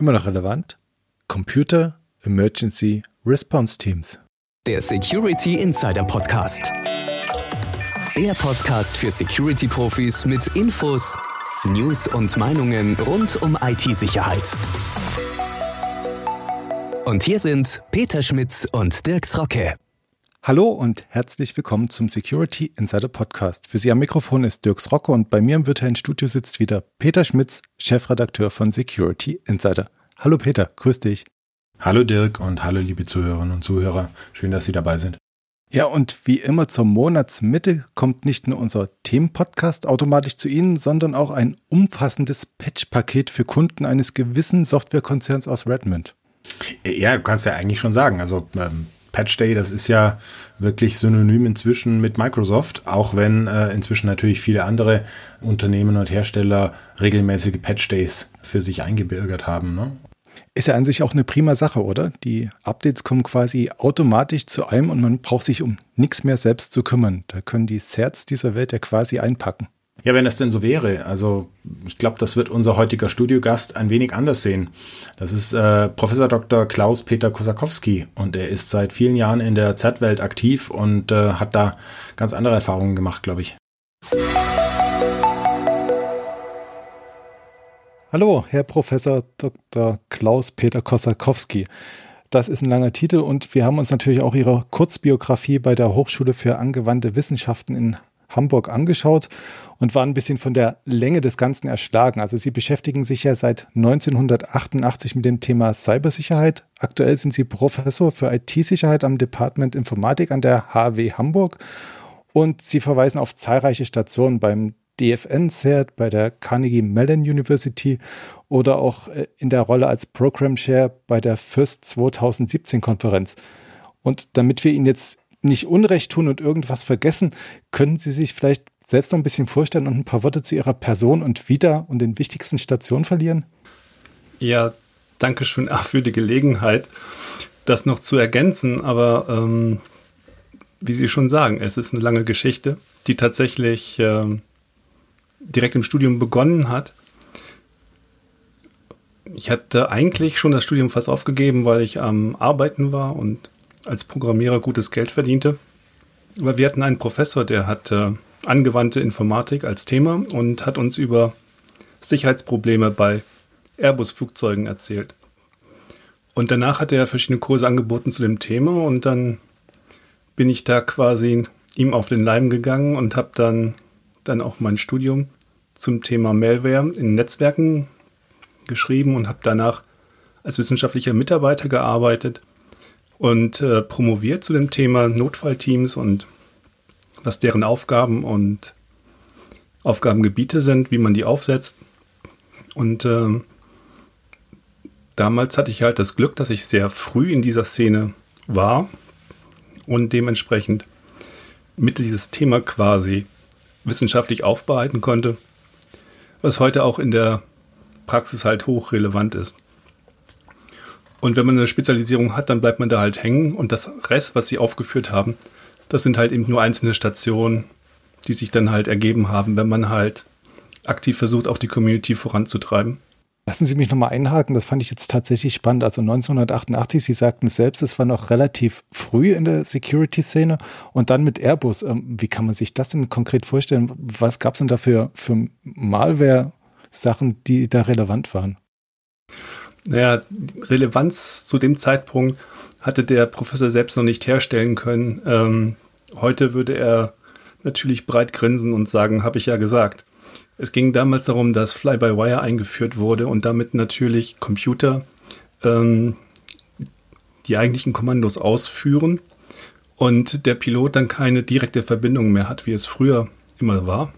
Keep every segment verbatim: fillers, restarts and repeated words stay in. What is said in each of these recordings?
Immer noch relevant? Computer Emergency Response Teams. Der Security Insider Podcast. Der Podcast für Security-Profis mit Infos, News und Meinungen rund um I T-Sicherheit. Und hier sind Peter Schmitz und Dirks Rocke. Hallo und herzlich willkommen zum Security Insider Podcast. Für Sie am Mikrofon ist Dirks Rocke und bei mir im virtuellen Studio sitzt wieder Peter Schmitz, Chefredakteur von Security Insider. Hallo Peter, grüß dich. Hallo Dirk und hallo liebe Zuhörerinnen und Zuhörer. Schön, dass Sie dabei sind. Ja, und wie immer zur Monatsmitte kommt nicht nur unser Themenpodcast automatisch zu Ihnen, sondern auch ein umfassendes Patch-Paket für Kunden eines gewissen Softwarekonzerns aus Redmond. Ja, du kannst ja eigentlich schon sagen, also ähm, Patch Day, das ist ja wirklich synonym inzwischen mit Microsoft, auch wenn äh, inzwischen natürlich viele andere Unternehmen und Hersteller regelmäßige Patch Days für sich eingebürgert haben, ne? Ist ja an sich auch eine prima Sache, oder? Die Updates kommen quasi automatisch zu einem und man braucht sich um nichts mehr selbst zu kümmern. Da können die Certs dieser Welt ja quasi einpacken. Ja, wenn das denn so wäre. Also ich glaube, das wird unser heutiger Studiogast ein wenig anders sehen. Das ist äh, Professor Doktor Klaus-Peter Kosakowski und er ist seit vielen Jahren in der Zert-Welt aktiv und äh, hat da ganz andere Erfahrungen gemacht, glaube ich. Hallo, Herr Professor Doktor Klaus-Peter Kosakowski. Das ist ein langer Titel und wir haben uns natürlich auch Ihre Kurzbiografie bei der Hochschule für angewandte Wissenschaften in Hamburg angeschaut und waren ein bisschen von der Länge des Ganzen erschlagen. Also Sie beschäftigen sich ja seit neunzehnhundertachtundachtzig mit dem Thema Cybersicherheit. Aktuell sind Sie Professor für I T-Sicherheit am Department Informatik an der H W Hamburg und Sie verweisen auf zahlreiche Stationen beim D F N-Cert, bei der Carnegie Mellon University oder auch in der Rolle als Program Chair bei der F I R S T zweitausendsiebzehn-Konferenz. Und damit wir Ihnen jetzt nicht Unrecht tun und irgendwas vergessen, können Sie sich vielleicht selbst noch ein bisschen vorstellen und ein paar Worte zu Ihrer Person und Vita und den wichtigsten Stationen verlieren? Ja, danke schön auch für die Gelegenheit, das noch zu ergänzen. Aber ähm, wie Sie schon sagen, es ist eine lange Geschichte, die tatsächlich ähm, direkt im Studium begonnen hat. Ich hatte eigentlich schon das Studium fast aufgegeben, weil ich am Arbeiten war und als Programmierer gutes Geld verdiente. Aber wir hatten einen Professor, der hatte angewandte Informatik als Thema und hat uns über Sicherheitsprobleme bei Airbus-Flugzeugen erzählt. Und danach hat er verschiedene Kurse angeboten zu dem Thema und dann bin ich da quasi ihm auf den Leim gegangen und habe dann, dann auch mein Studium zum Thema Malware in Netzwerken geschrieben und habe danach als wissenschaftlicher Mitarbeiter gearbeitet und äh, promoviert zu dem Thema Notfallteams und was deren Aufgaben und Aufgabengebiete sind, wie man die aufsetzt. Und äh, damals hatte ich halt das Glück, dass ich sehr früh in dieser Szene war und dementsprechend mit dieses Thema quasi wissenschaftlich aufbereiten konnte, was heute auch in der Praxis halt hochrelevant ist. Und wenn man eine Spezialisierung hat, dann bleibt man da halt hängen. Und das Rest, was Sie aufgeführt haben, das sind halt eben nur einzelne Stationen, die sich dann halt ergeben haben, wenn man halt aktiv versucht, auch die Community voranzutreiben. Lassen Sie mich nochmal einhaken, das fand ich jetzt tatsächlich spannend. Also neunzehnhundertachtundachtzig, Sie sagten es selbst, es war noch relativ früh in der Security-Szene und dann mit Airbus. Wie kann man sich das denn konkret vorstellen? Was gab es denn da für, für Malware-Sachen, die da relevant waren? Naja, Relevanz zu dem Zeitpunkt hatte der Professor selbst noch nicht herstellen können. Ähm, heute würde er natürlich breit grinsen und sagen, habe ich ja gesagt. Es ging damals darum, dass Fly-by-Wire eingeführt wurde und damit natürlich Computer ähm, die eigentlichen Kommandos ausführen und der Pilot dann keine direkte Verbindung mehr hat, wie es früher immer war.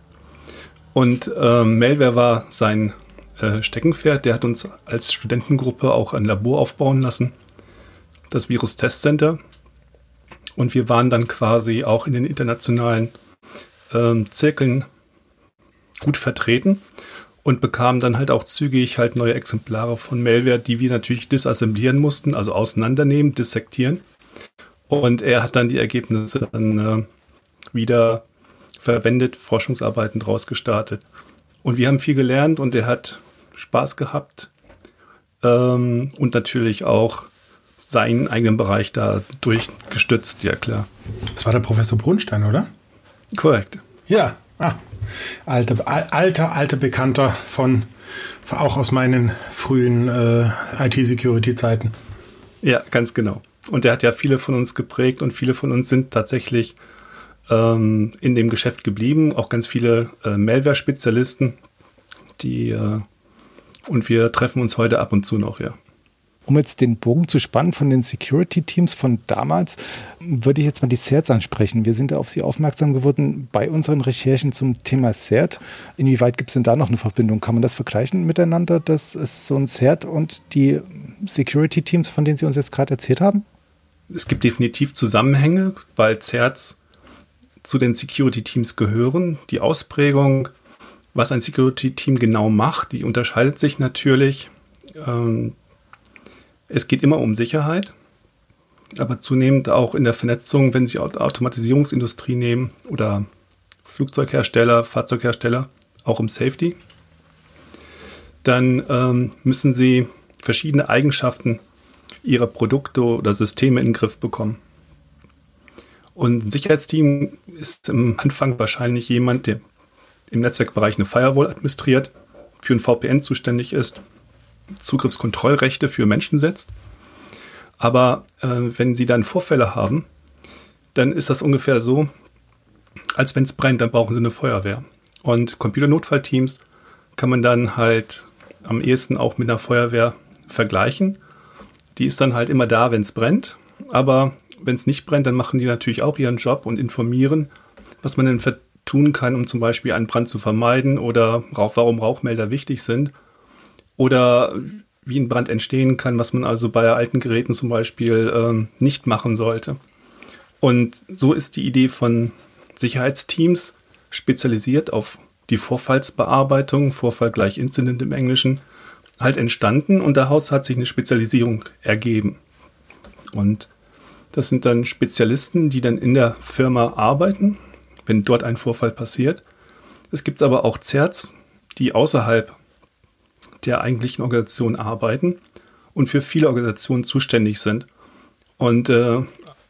Und ähm, Malware war sein Steckenpferd, der hat uns als Studentengruppe auch ein Labor aufbauen lassen, das Virus Test Center. Und wir waren dann quasi auch in den internationalen ähm, Zirkeln gut vertreten und bekamen dann halt auch zügig halt neue Exemplare von Malware, die wir natürlich disassemblieren mussten, also auseinandernehmen, dissektieren. Und er hat dann die Ergebnisse dann äh, wieder verwendet, Forschungsarbeiten draus gestartet. Und wir haben viel gelernt und er hat Spaß gehabt, ähm, und natürlich auch seinen eigenen Bereich da durchgestützt, ja klar. Das war der Professor Brunstein, oder? Korrekt. Ja, ah, alter, alter, alter Bekannter von, auch aus meinen frühen äh, I T-Security-Zeiten. Ja, ganz genau. Und der hat ja viele von uns geprägt und viele von uns sind tatsächlich ähm, in dem Geschäft geblieben. Auch ganz viele äh, Malware-Spezialisten, die äh, und wir treffen uns heute ab und zu noch, ja. Um jetzt den Bogen zu spannen von den Security-Teams von damals, würde ich jetzt mal die C E R Ts ansprechen. Wir sind auf Sie aufmerksam geworden bei unseren Recherchen zum Thema C E R T. Inwieweit gibt es denn da noch eine Verbindung? Kann man das vergleichen miteinander, dass es so ein C E R T und die Security-Teams, von denen Sie uns jetzt gerade erzählt haben? Es gibt definitiv Zusammenhänge, weil C E R Ts zu den Security-Teams gehören. Die Ausprägung, was ein Security-Team genau macht, die unterscheidet sich natürlich. Ähm, Es geht immer um Sicherheit, aber zunehmend auch in der Vernetzung, wenn Sie Automatisierungsindustrie nehmen oder Flugzeughersteller, Fahrzeughersteller, auch um Safety, dann ähm, müssen Sie verschiedene Eigenschaften Ihrer Produkte oder Systeme in den Griff bekommen. Und ein Sicherheitsteam ist am Anfang wahrscheinlich jemand, der im Netzwerkbereich eine Firewall administriert, für ein V P N zuständig ist, Zugriffskontrollrechte für Menschen setzt. Aber äh, wenn Sie dann Vorfälle haben, dann ist das ungefähr so, als wenn es brennt, dann brauchen Sie eine Feuerwehr. Und Computernotfallteams kann man dann halt am ehesten auch mit einer Feuerwehr vergleichen. Die ist dann halt immer da, wenn es brennt. Aber wenn es nicht brennt, dann machen die natürlich auch ihren Job und informieren, was man denn tun kann, um zum Beispiel einen Brand zu vermeiden oder warum Rauchmelder wichtig sind. Oder wie ein Brand entstehen kann, was man also bei alten Geräten zum Beispiel ähm, nicht machen sollte. Und so ist die Idee von Sicherheitsteams spezialisiert auf die Vorfallsbearbeitung, Vorfall gleich Incident im Englischen, halt entstanden und daraus hat sich eine Spezialisierung ergeben. Und das sind dann Spezialisten, die dann in der Firma arbeiten, wenn dort ein Vorfall passiert. Es gibt aber auch C E R Ts, die außerhalb der eigentlichen Organisation arbeiten und für viele Organisationen zuständig sind. Und äh,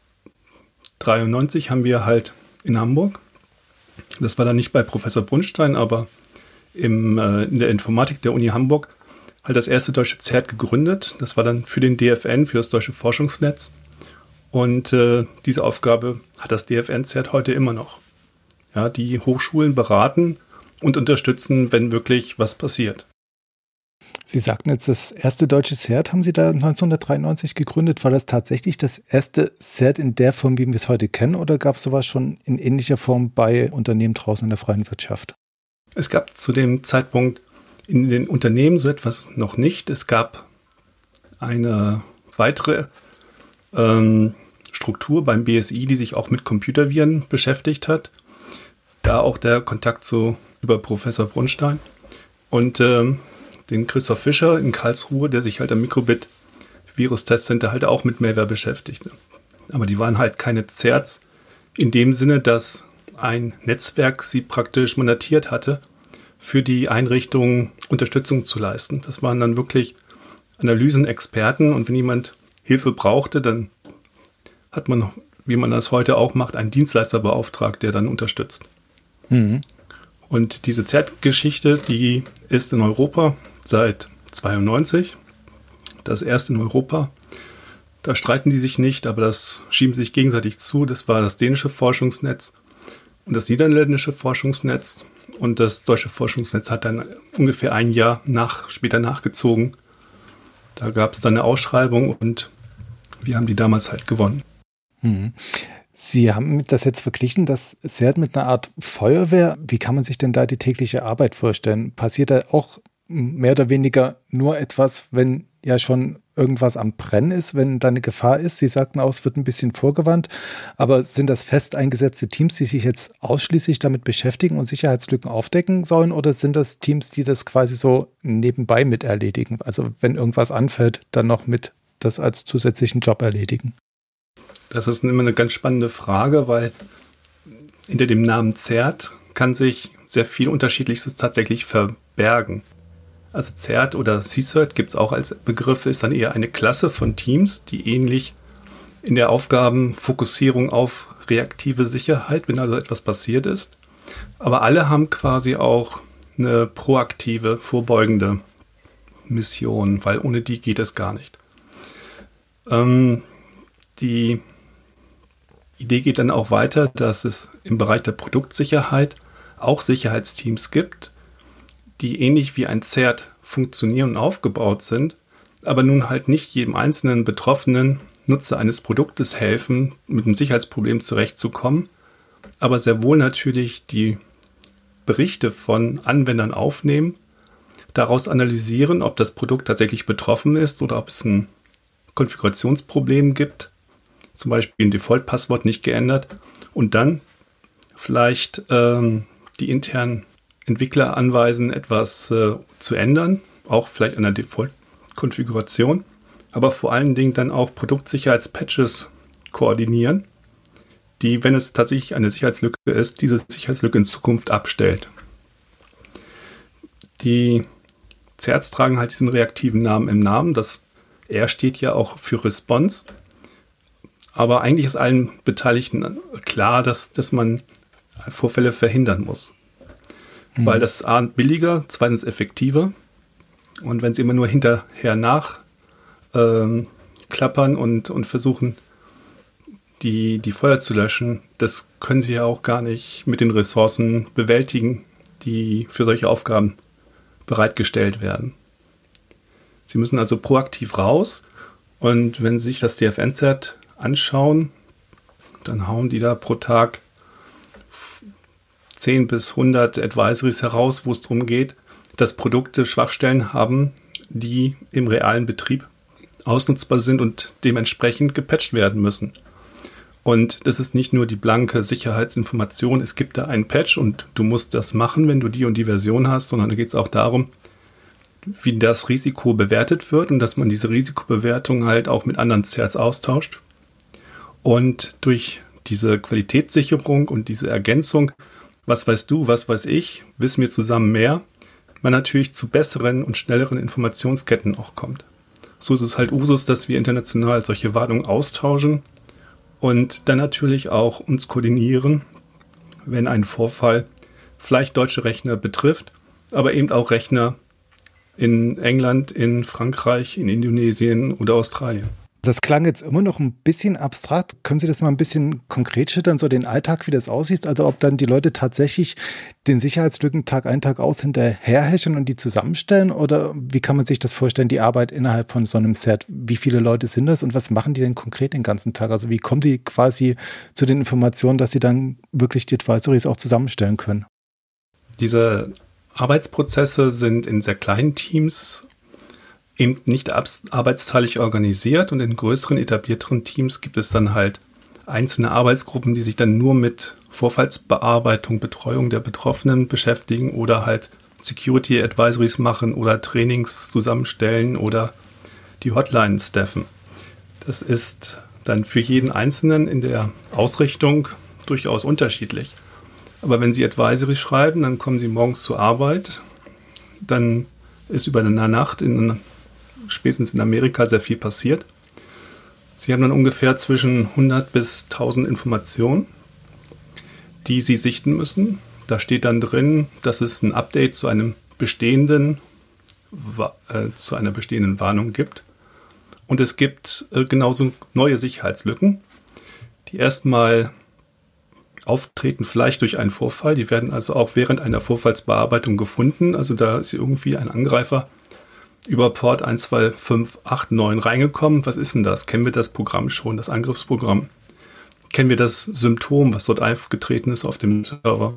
dreiundneunzig haben wir halt in Hamburg, das war dann nicht bei Professor Brunstein, aber im, äh, in der Informatik der Uni Hamburg, halt das erste deutsche C E R T gegründet. Das war dann für den D F N, für das Deutsche Forschungsnetz. Und äh, diese Aufgabe hat das D F N-C E R T heute immer noch. Ja, die Hochschulen beraten und unterstützen, wenn wirklich was passiert. Sie sagten jetzt, das erste deutsche C E R T haben Sie da neunzehnhundertdreiundneunzig gegründet. War das tatsächlich das erste C E R T in der Form, wie wir es heute kennen, oder gab es sowas schon in ähnlicher Form bei Unternehmen draußen in der freien Wirtschaft? Es gab zu dem Zeitpunkt in den Unternehmen so etwas noch nicht. Es gab eine weitere ähm, Struktur beim B S I, die sich auch mit Computerviren beschäftigt hat. Da auch der Kontakt zu über Professor Brunstein. Und ähm, den Christoph Fischer in Karlsruhe, der sich halt am Mikrobit Virus-Testcenter halt auch mit Malware beschäftigte. Aber die waren halt keine C E R Ts in dem Sinne, dass ein Netzwerk sie praktisch mandatiert hatte, für die Einrichtung Unterstützung zu leisten. Das waren dann wirklich Analysenexperten und wenn jemand Hilfe brauchte, dann hat man, wie man das heute auch macht, einen Dienstleister beauftragt, der dann unterstützt. Mhm. Und diese C E R T-Geschichte, die ist in Europa seit zweiundneunzig. Das erste in Europa. Da streiten die sich nicht, aber das schieben sich gegenseitig zu. Das war das dänische Forschungsnetz und das niederländische Forschungsnetz. Und das deutsche Forschungsnetz hat dann ungefähr ein Jahr nach, später nachgezogen. Da gab es dann eine Ausschreibung und wir haben die damals halt gewonnen. Mhm. Sie haben das jetzt verglichen, das C E R T mit einer Art Feuerwehr. Wie kann man sich denn da die tägliche Arbeit vorstellen? Passiert da auch mehr oder weniger nur etwas, wenn ja schon irgendwas am Brennen ist, wenn da eine Gefahr ist? Sie sagten auch, es wird ein bisschen vorgewandt, aber sind das fest eingesetzte Teams, die sich jetzt ausschließlich damit beschäftigen und Sicherheitslücken aufdecken sollen, oder sind das Teams, die das quasi so nebenbei mit erledigen? Also wenn irgendwas anfällt, dann noch mit das als zusätzlichen Job erledigen? Das ist immer eine ganz spannende Frage, weil hinter dem Namen C E R T kann sich sehr viel Unterschiedliches tatsächlich verbergen. Also CERT oder CCERT gibt es auch als Begriff, ist dann eher eine Klasse von Teams, die ähnlich in der Aufgabenfokussierung auf reaktive Sicherheit, wenn also etwas passiert ist. Aber alle haben quasi auch eine proaktive, vorbeugende Mission, weil ohne die geht es gar nicht. Ähm, die Idee geht dann auch weiter, dass es im Bereich der Produktsicherheit auch Sicherheitsteams gibt, die ähnlich wie ein CERT funktionieren und aufgebaut sind, aber nun halt nicht jedem einzelnen betroffenen Nutzer eines Produktes helfen, mit einem Sicherheitsproblem zurechtzukommen, aber sehr wohl natürlich die Berichte von Anwendern aufnehmen, daraus analysieren, ob das Produkt tatsächlich betroffen ist oder ob es ein Konfigurationsproblem gibt, zum Beispiel ein Default-Passwort nicht geändert, und dann vielleicht ähm, die internen Entwickler anweisen, etwas äh, zu ändern, auch vielleicht an der Default-Konfiguration, aber vor allen Dingen dann auch Produktsicherheitspatches koordinieren, die, wenn es tatsächlich eine Sicherheitslücke ist, diese Sicherheitslücke in Zukunft abstellt. Die CERTs tragen halt diesen reaktiven Namen im Namen. Das R steht ja auch für Response. Aber eigentlich ist allen Beteiligten klar, dass, dass man Vorfälle verhindern muss. Mhm. Weil das ist A, billiger, zweitens effektiver. Und wenn sie immer nur hinterher nach ähm, klappern und, und versuchen, die, die Feuer zu löschen, das können sie ja auch gar nicht mit den Ressourcen bewältigen, die für solche Aufgaben bereitgestellt werden. Sie müssen also proaktiv raus, und wenn Sie sich das D F N-CERT anschauen, dann hauen die da pro Tag zehn bis hundert Advisories heraus, wo es darum geht, dass Produkte Schwachstellen haben, die im realen Betrieb ausnutzbar sind und dementsprechend gepatcht werden müssen. Und das ist nicht nur die blanke Sicherheitsinformation, es gibt da einen Patch und du musst das machen, wenn du die und die Version hast, sondern da geht es auch darum, wie das Risiko bewertet wird und dass man diese Risikobewertung halt auch mit anderen CERTs austauscht. Und durch diese Qualitätssicherung und diese Ergänzung, was weißt du, was weiß ich, wissen wir zusammen mehr, man natürlich zu besseren und schnelleren Informationsketten auch kommt. So ist es halt Usus, dass wir international solche Warnungen austauschen und dann natürlich auch uns koordinieren, wenn ein Vorfall vielleicht deutsche Rechner betrifft, aber eben auch Rechner in England, in Frankreich, in Indonesien oder Australien. Das klang jetzt immer noch ein bisschen abstrakt. Können Sie das mal ein bisschen konkret schildern, so den Alltag, wie das aussieht? Also ob dann die Leute tatsächlich den Sicherheitslücken Tag ein, Tag aus hinterherhäschern und die zusammenstellen? Oder wie kann man sich das vorstellen, die Arbeit innerhalb von so einem CERT? Wie viele Leute sind das und was machen die denn konkret den ganzen Tag? Also wie kommen die quasi zu den Informationen, dass sie dann wirklich die Advisories auch zusammenstellen können? Diese Arbeitsprozesse sind in sehr kleinen Teams eben nicht arbeitsteilig organisiert, und in größeren, etablierteren Teams gibt es dann halt einzelne Arbeitsgruppen, die sich dann nur mit Vorfallsbearbeitung, Betreuung der Betroffenen beschäftigen oder halt Security Advisories machen oder Trainings zusammenstellen oder die Hotline staffen. Das ist dann für jeden Einzelnen in der Ausrichtung durchaus unterschiedlich. Aber wenn Sie Advisory schreiben, dann kommen Sie morgens zur Arbeit, dann ist über eine Nacht in spätestens in Amerika sehr viel passiert. Sie haben dann ungefähr zwischen hundert bis tausend Informationen, die Sie sichten müssen. Da steht dann drin, dass es ein Update zu einem bestehenden, äh, zu einer bestehenden Warnung gibt. Und es gibt äh, genauso neue Sicherheitslücken, die erstmal auftreten, vielleicht durch einen Vorfall. Die werden also auch während einer Vorfallsbearbeitung gefunden. Also da ist irgendwie ein Angreifer über Port eins zwei fünf acht neun reingekommen. Was ist denn das? Kennen wir das Programm schon, das Angriffsprogramm? Kennen wir das Symptom, was dort aufgetreten ist auf dem Server?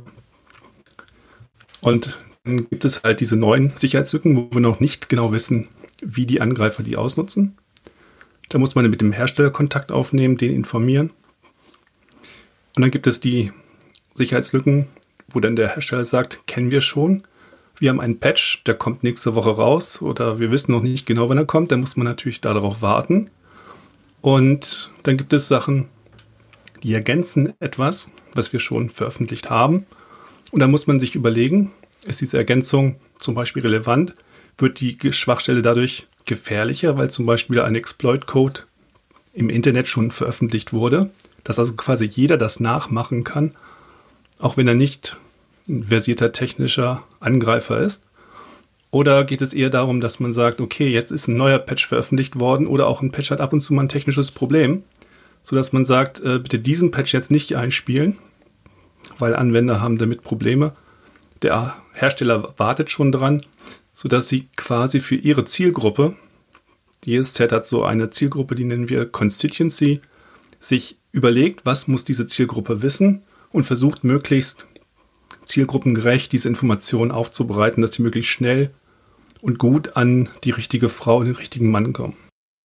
Und dann gibt es halt diese neuen Sicherheitslücken, wo wir noch nicht genau wissen, wie die Angreifer die ausnutzen. Da muss man mit dem Hersteller Kontakt aufnehmen, den informieren. Und dann gibt es die Sicherheitslücken, wo dann der Hersteller sagt, kennen wir schon. Wir haben einen Patch, der kommt nächste Woche raus oder wir wissen noch nicht genau, wann er kommt. Dann muss man natürlich darauf warten. Und dann gibt es Sachen, die ergänzen etwas, was wir schon veröffentlicht haben. Und dann muss man sich überlegen, ist diese Ergänzung zum Beispiel relevant wird die Schwachstelle dadurch gefährlicher, weil zum Beispiel ein Exploit-Code im Internet schon veröffentlicht wurde, dass also quasi jeder das nachmachen kann, auch wenn er nicht ein versierter technischer Angreifer ist? Oder geht es eher darum, dass man sagt, okay, jetzt ist ein neuer Patch veröffentlicht worden oder auch ein Patch hat ab und zu mal ein technisches Problem, sodass man sagt, äh, bitte diesen Patch jetzt nicht einspielen, weil Anwender haben damit Probleme. Der Hersteller wartet schon dran, sodass sie quasi für ihre Zielgruppe, die E S Z hat so eine Zielgruppe, die nennen wir Constituency, sich überlegt, was muss diese Zielgruppe wissen und versucht möglichst zielgruppengerecht diese Informationen aufzubereiten, dass die möglichst schnell und gut an die richtige Frau und den richtigen Mann kommen.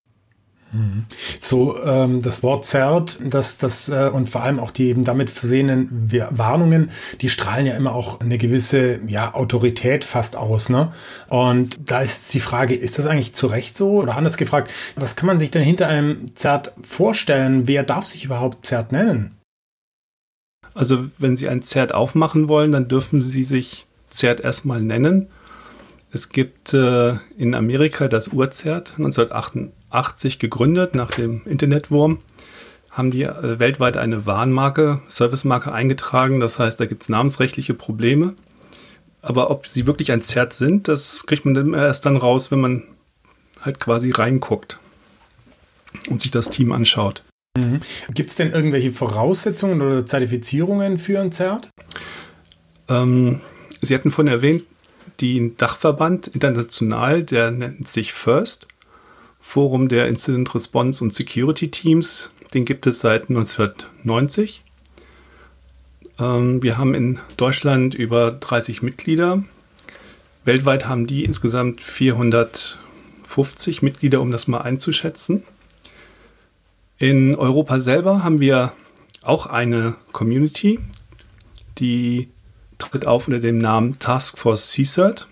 So, ähm, das Wort zerrt, das, das, äh, und vor allem auch die eben damit versehenen Warnungen, die strahlen ja immer auch eine gewisse, ja, Autorität fast aus, ne? Und da ist die Frage, ist das eigentlich zu Recht so? Oder anders gefragt, was kann man sich denn hinter einem Zert vorstellen? Wer darf sich überhaupt Zert nennen? Also, wenn Sie ein Zert aufmachen wollen, dann dürfen Sie sich Zert erstmal nennen. Es gibt äh, in Amerika das Urzert, neunzehnhundertachtundachtzig gegründet, nach dem Internetwurm, haben die äh, weltweit eine Warnmarke, Servicemarke eingetragen. Das heißt, da gibt es namensrechtliche Probleme. Aber ob sie wirklich ein Zert sind, das kriegt man dann erst dann raus, wenn man halt quasi reinguckt und sich das Team anschaut. Mhm. Gibt es denn irgendwelche Voraussetzungen oder Zertifizierungen für ein Zert? Ähm, Sie hatten vorhin erwähnt, den Dachverband international, der nennt sich FIRST, Forum der Incident Response und Security Teams. Den gibt es seit neunzehnhundertneunzig. Ähm, wir haben in Deutschland über dreißig Mitglieder. Weltweit haben die insgesamt vierhundertfünfzig Mitglieder, um das mal einzuschätzen. In Europa selber haben wir auch eine Community, die tritt auf unter dem Namen Taskforce C C E R T.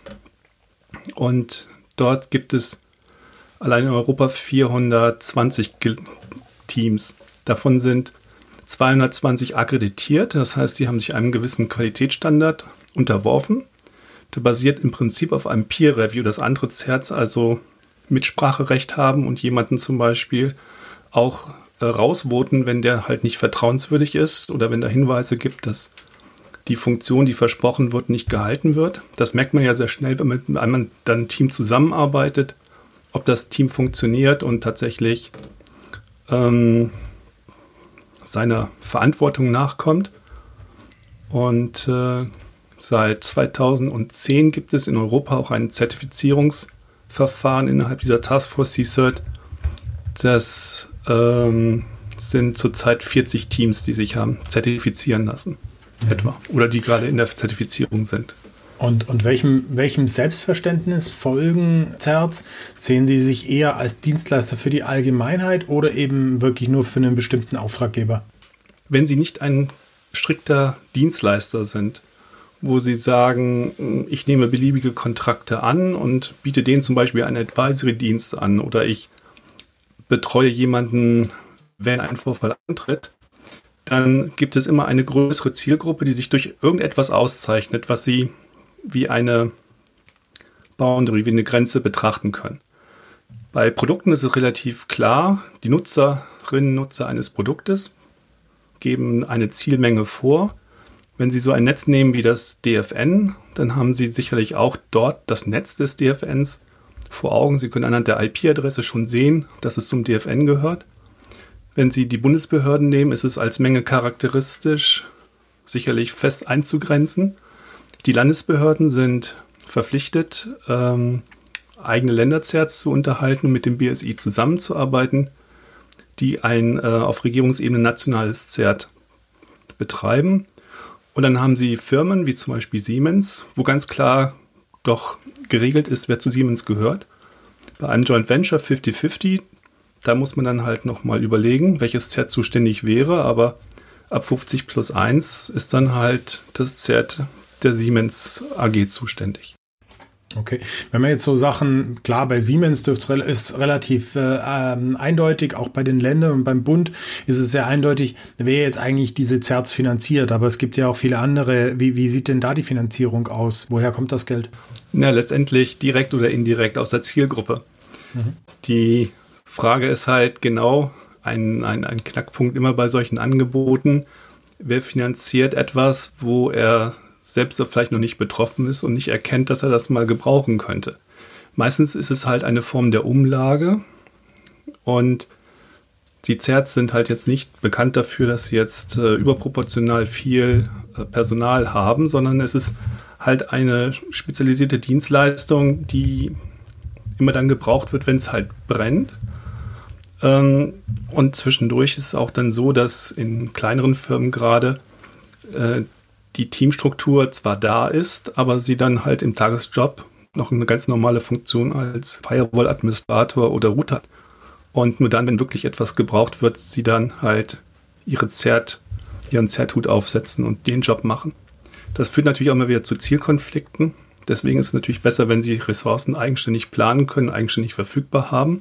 Und dort gibt es allein in Europa vierhundertzwanzig Teams. Davon sind zweihundertzwanzig akkreditiert. Das heißt, sie haben sich einem gewissen Qualitätsstandard unterworfen. Der basiert im Prinzip auf einem Peer Review, dass andere Zerts also Mitspracherecht haben und jemanden zum Beispiel auch äh, rausvoten, wenn der halt nicht vertrauenswürdig ist oder wenn da Hinweise gibt, dass die Funktion, die versprochen wird, nicht gehalten wird. Das merkt man ja sehr schnell, wenn man mit einem dann Team zusammenarbeitet, ob das Team funktioniert und tatsächlich ähm, seiner Verantwortung nachkommt. Und äh, seit zweitausendzehn gibt es in Europa auch ein Zertifizierungsverfahren innerhalb dieser Taskforce C C E R T. Das ähm, sind zurzeit vierzig Teams, die sich haben zertifizieren lassen. Mhm. Etwa. Oder die gerade in der Zertifizierung sind. Und, und welchem, welchem Selbstverständnis folgen Zerts? Sehen Sie sich eher als Dienstleister für die Allgemeinheit oder eben wirklich nur für einen bestimmten Auftraggeber? Wenn Sie nicht ein strikter Dienstleister sind, wo Sie sagen, ich nehme beliebige Kontrakte an und biete denen zum Beispiel einen Advisory-Dienst an oder ich betreue jemanden, wenn ein Vorfall antritt, dann gibt es immer eine größere Zielgruppe, die sich durch irgendetwas auszeichnet, was Sie wie eine Boundary, wie eine Grenze betrachten können. Bei Produkten ist es relativ klar, die Nutzerinnen und Nutzer eines Produktes geben eine Zielmenge vor. Wenn Sie so ein Netz nehmen wie das D F N, dann haben Sie sicherlich auch dort das Netz des D F Ns vor Augen. Sie können anhand der I P-Adresse schon sehen, dass es zum D F N gehört. Wenn Sie die Bundesbehörden nehmen, ist es als Menge charakteristisch sicherlich fest einzugrenzen. Die Landesbehörden sind verpflichtet, ähm, eigene Länderzerts zu unterhalten und mit dem B S I zusammenzuarbeiten, die ein äh, auf Regierungsebene nationales Zert betreiben. Und dann haben Sie Firmen wie zum Beispiel Siemens, wo ganz klar doch geregelt ist, wer zu Siemens gehört. Bei einem Joint Venture fünfzig fünfzig, da muss man dann halt nochmal überlegen, welches Zert zuständig wäre, aber ab fünfzig plus eins ist dann halt das Zert der Siemens A G zuständig. Okay, wenn man jetzt so Sachen, klar, bei Siemens dürfte ist relativ äh, ähm, eindeutig, auch bei den Ländern und beim Bund ist es sehr eindeutig, wer jetzt eigentlich diese Z E R Ts finanziert, aber es gibt ja auch viele andere. Wie, wie sieht denn da die Finanzierung aus? Woher kommt das Geld? Na, letztendlich direkt oder indirekt aus der Zielgruppe. Mhm. Die Frage ist halt genau ein, ein, ein Knackpunkt immer bei solchen Angeboten. Wer finanziert etwas, wo er selbst vielleicht noch nicht betroffen ist und nicht erkennt, dass er das mal gebrauchen könnte. Meistens ist es halt eine Form der Umlage und die Z E R Ts sind halt jetzt nicht bekannt dafür, dass sie jetzt äh, überproportional viel äh, Personal haben, sondern es ist halt eine spezialisierte Dienstleistung, die immer dann gebraucht wird, wenn es halt brennt. Ähm, und zwischendurch ist es auch dann so, dass in kleineren Firmen gerade äh, die Teamstruktur zwar da ist, aber sie dann halt im Tagesjob noch eine ganz normale Funktion als Firewall-Administrator oder Router hat. Und nur dann, wenn wirklich etwas gebraucht wird, sie dann halt ihre Z E R T, ihren Z E R T-Hut aufsetzen und den Job machen. Das führt natürlich auch immer wieder zu Zielkonflikten. Deswegen ist es natürlich besser, wenn sie Ressourcen eigenständig planen können, eigenständig verfügbar haben.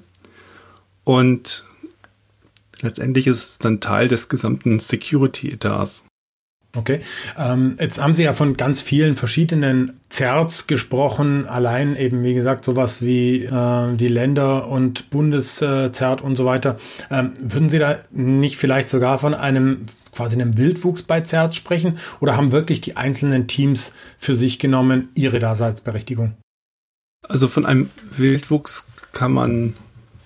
Und letztendlich ist es dann Teil des gesamten Security-Etats. Okay, ähm, jetzt haben Sie ja von ganz vielen verschiedenen Z E R Ts gesprochen, allein eben, wie gesagt, sowas wie äh, die Länder- und Bundes-Z E R T und so weiter. Ähm, würden Sie da nicht vielleicht sogar von einem quasi einem Wildwuchs bei Z E R Ts sprechen oder haben wirklich die einzelnen Teams für sich genommen ihre Daseinsberechtigung? Also von einem Wildwuchs kann man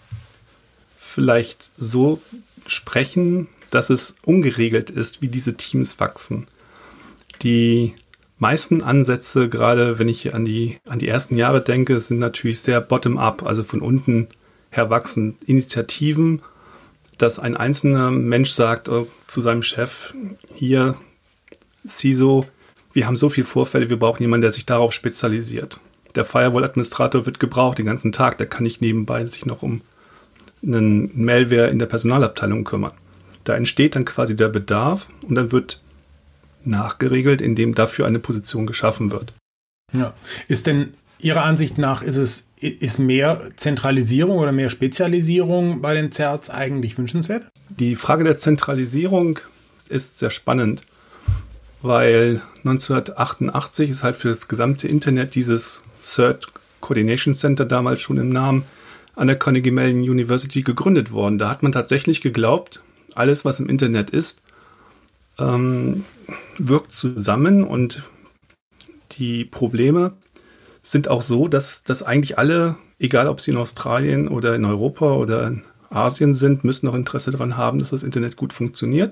vielleicht so sprechen, dass es ungeregelt ist, wie diese Teams wachsen. Die meisten Ansätze, gerade wenn ich an die, an die ersten Jahre denke, sind natürlich sehr bottom-up, also von unten her wachsen Initiativen, dass ein einzelner Mensch sagt oh, zu seinem Chef, hier, C I S O, wir haben so viele Vorfälle, wir brauchen jemanden, der sich darauf spezialisiert. Der Firewall-Administrator wird gebraucht den ganzen Tag, der kann nicht nebenbei sich noch um einen Malware in der Personalabteilung kümmern. Da entsteht dann quasi der Bedarf und dann wird nachgeregelt, indem dafür eine Position geschaffen wird. Ja. Ist denn Ihrer Ansicht nach, ist es ist mehr Zentralisierung oder mehr Spezialisierung bei den Z E R Ts eigentlich wünschenswert? Die Frage der Zentralisierung ist sehr spannend, weil neunzehnhundertachtundachtzig ist halt für das gesamte Internet dieses C E R T Coordination Center damals schon im Namen an der Carnegie Mellon University gegründet worden. Da hat man tatsächlich geglaubt, alles, was im Internet ist, ähm, wirkt zusammen und die Probleme sind auch so, dass, dass eigentlich alle, egal ob sie in Australien oder in Europa oder in Asien sind, müssen noch Interesse daran haben, dass das Internet gut funktioniert.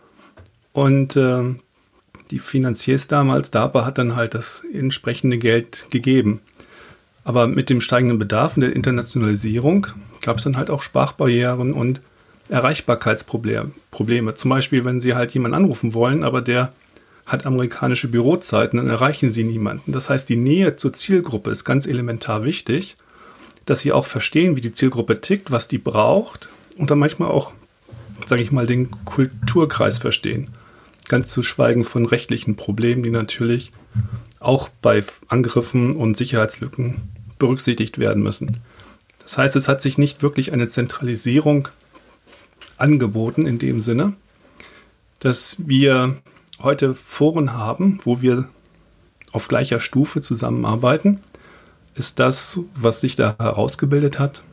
Und äh, die Finanziers damals, DARPA, hat dann halt das entsprechende Geld gegeben. Aber mit dem steigenden Bedarf und der Internationalisierung gab es dann halt auch Sprachbarrieren und Erreichbarkeitsprobleme. Probleme. Zum Beispiel, wenn Sie halt jemanden anrufen wollen, aber der hat amerikanische Bürozeiten, dann erreichen Sie niemanden. Das heißt, die Nähe zur Zielgruppe ist ganz elementar wichtig, dass Sie auch verstehen, wie die Zielgruppe tickt, was die braucht und dann manchmal auch, sage ich mal, den Kulturkreis verstehen. Ganz zu schweigen von rechtlichen Problemen, die natürlich auch bei Angriffen und Sicherheitslücken berücksichtigt werden müssen. Das heißt, es hat sich nicht wirklich eine Zentralisierung angeboten in dem Sinne, dass wir heute Foren haben, wo wir auf gleicher Stufe zusammenarbeiten, ist das, was sich da herausgebildet hat.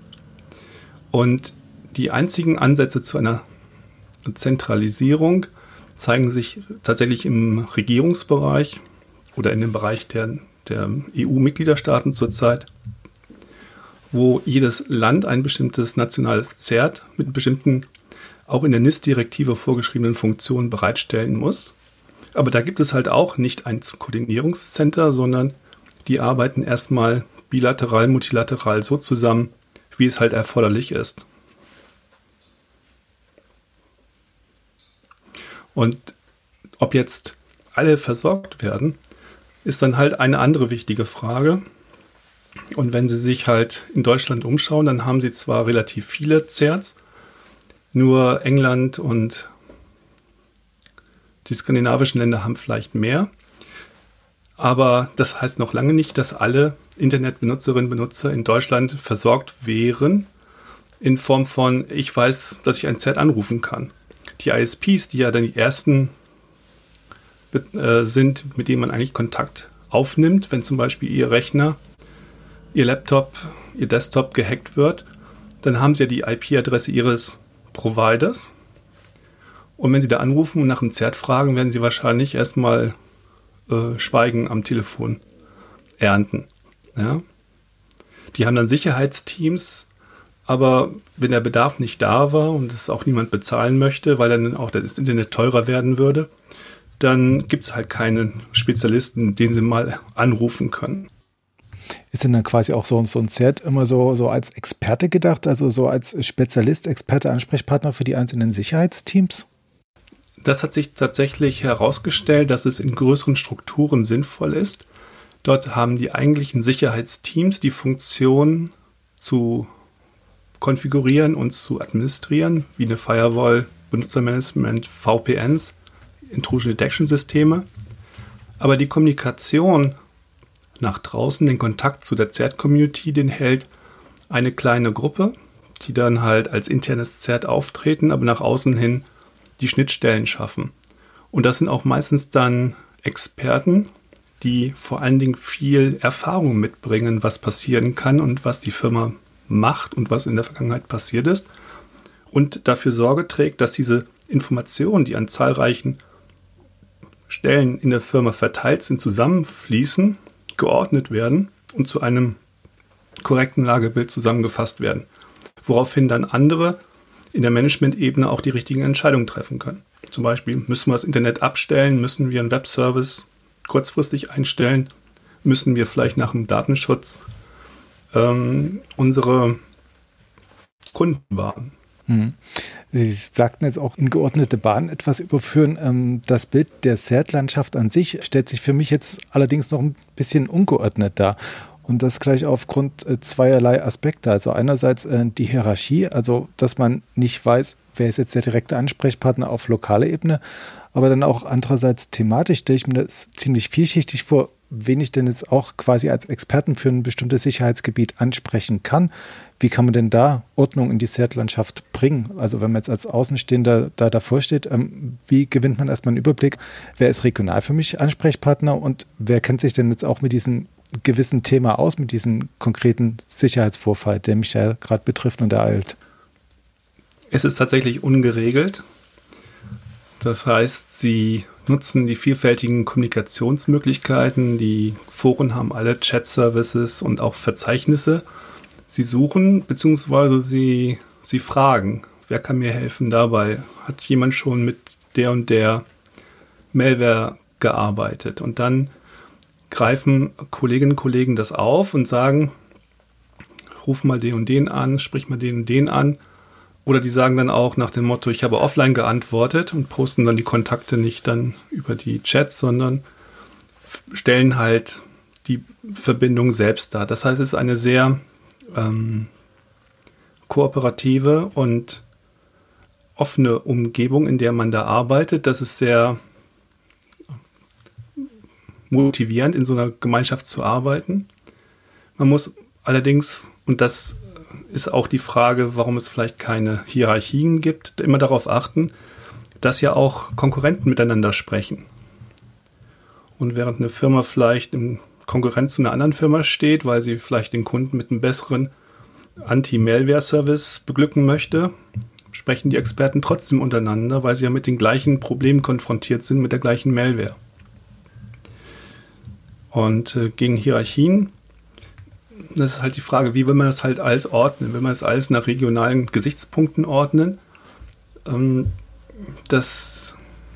Und die einzigen Ansätze zu einer Zentralisierung zeigen sich tatsächlich im Regierungsbereich oder in dem Bereich der, der E U-Mitgliederstaaten zurzeit, wo jedes Land ein bestimmtes nationales Z E R T mit bestimmten, auch in der N I S-Direktive vorgeschriebenen Funktionen bereitstellen muss. Aber da gibt es halt auch nicht ein Koordinierungscenter, sondern die arbeiten erstmal bilateral, multilateral so zusammen, wie es halt erforderlich ist. Und ob jetzt alle versorgt werden, ist dann halt eine andere wichtige Frage. Und wenn Sie sich halt in Deutschland umschauen, dann haben Sie zwar relativ viele Z E R Ts, nur England und die skandinavischen Länder haben vielleicht mehr. Aber das heißt noch lange nicht, dass alle Internetbenutzerinnen und Benutzer in Deutschland versorgt wären, in Form von, ich weiß, dass ich ein Z anrufen kann. Die I S Ps, die ja dann die ersten äh, sind, mit denen man eigentlich Kontakt aufnimmt, wenn zum Beispiel Ihr Rechner, Ihr Laptop, Ihr Desktop gehackt wird, dann haben Sie ja die I P-Adresse Ihres Providers. Und wenn Sie da anrufen und nach einem Z fragen, werden Sie wahrscheinlich erstmal äh, Schweigen am Telefon ernten. Ja? Die haben dann Sicherheitsteams, aber wenn der Bedarf nicht da war und es auch niemand bezahlen möchte, weil dann auch das Internet teurer werden würde, dann gibt es halt keinen Spezialisten, den Sie mal anrufen können. Ist denn dann quasi auch so, so ein Z immer so, so als Experte gedacht, also so als Spezialist, Experte, Ansprechpartner für die einzelnen Sicherheitsteams? Das hat sich tatsächlich herausgestellt, dass es in größeren Strukturen sinnvoll ist. Dort haben die eigentlichen Sicherheitsteams die Funktion zu konfigurieren und zu administrieren, wie eine Firewall, Benutzermanagement, V P Ns, Intrusion Detection Systeme. Aber die Kommunikation nach draußen, den Kontakt zu der Z-Community, den hält eine kleine Gruppe, die dann halt als internes Z auftreten, aber nach außen hin die Schnittstellen schaffen. Und das sind auch meistens dann Experten, die vor allen Dingen viel Erfahrung mitbringen, was passieren kann und was die Firma macht und was in der Vergangenheit passiert ist. Und dafür Sorge trägt, dass diese Informationen, die an zahlreichen Stellen in der Firma verteilt sind, zusammenfließen, geordnet werden und zu einem korrekten Lagebild zusammengefasst werden. Woraufhin dann andere in der Management-Ebene auch die richtigen Entscheidungen treffen können. Zum Beispiel, müssen wir das Internet abstellen, müssen wir einen Webservice kurzfristig einstellen, müssen wir vielleicht nach dem Datenschutz ähm, unsere Kunden warnen. Hm. Sie sagten jetzt auch in geordnete Bahnen etwas überführen. Ähm, das Bild der Z Landschaft an sich stellt sich für mich jetzt allerdings noch ein bisschen ungeordnet dar. Und das gleich aufgrund äh, zweierlei Aspekte. Also einerseits äh, die Hierarchie, also dass man nicht weiß, wer ist jetzt der direkte Ansprechpartner auf lokaler Ebene, aber dann auch andererseits thematisch stelle ich mir das ziemlich vielschichtig vor, wen ich denn jetzt auch quasi als Experten für ein bestimmtes Sicherheitsgebiet ansprechen kann. Wie kann man denn da Ordnung in die Z-Landschaft bringen? Also wenn man jetzt als Außenstehender da davor steht, ähm, wie gewinnt man erstmal einen Überblick, wer ist regional für mich Ansprechpartner und wer kennt sich denn jetzt auch mit diesem gewissen Thema aus, mit diesem konkreten Sicherheitsvorfall, der mich ja gerade betrifft und ereilt? Es ist tatsächlich ungeregelt. Das heißt, sie nutzen die vielfältigen Kommunikationsmöglichkeiten. Die Foren haben alle Chat-Services und auch Verzeichnisse. Sie suchen bzw. sie, sie fragen, wer kann mir helfen dabei? Hat jemand schon mit der und der Malware gearbeitet? Und dann greifen Kolleginnen und Kollegen das auf und sagen, ruf mal den und den an, sprich mal den und den an. Oder die sagen dann auch nach dem Motto, ich habe offline geantwortet und posten dann die Kontakte nicht dann über die Chats, sondern stellen halt die Verbindung selbst dar. Das heißt, es ist eine sehr ähm, kooperative und offene Umgebung, in der man da arbeitet. Das ist sehr motivierend, in so einer Gemeinschaft zu arbeiten. Man muss allerdings, und das ist auch die Frage, warum es vielleicht keine Hierarchien gibt, immer darauf achten, dass ja auch Konkurrenten miteinander sprechen. Und während eine Firma vielleicht in Konkurrenz zu einer anderen Firma steht, weil sie vielleicht den Kunden mit einem besseren Anti-Malware-Service beglücken möchte, sprechen die Experten trotzdem untereinander, weil sie ja mit den gleichen Problemen konfrontiert sind, mit der gleichen Malware. Und äh, gegen Hierarchien, das ist halt die Frage, wie will man das halt alles ordnen? Will man das alles nach regionalen Gesichtspunkten ordnen? Ähm, das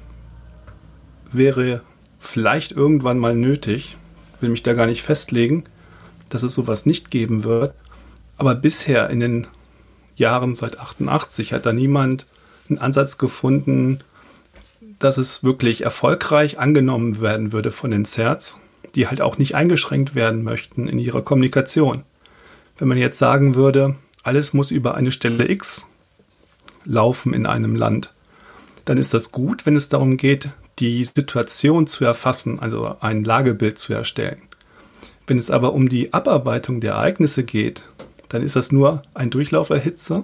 wäre vielleicht irgendwann mal nötig. Ich will mich da gar nicht festlegen, dass es sowas nicht geben wird. Aber bisher in den Jahren seit achtundachtzig hat da niemand einen Ansatz gefunden, dass es wirklich erfolgreich angenommen werden würde von den Certs, die halt auch nicht eingeschränkt werden möchten in ihrer Kommunikation. Wenn man jetzt sagen würde, alles muss über eine Stelle X laufen in einem Land, dann ist das gut, wenn es darum geht, die Situation zu erfassen, also ein Lagebild zu erstellen. Wenn es aber um die Abarbeitung der Ereignisse geht, dann ist das nur ein Durchlauferhitzer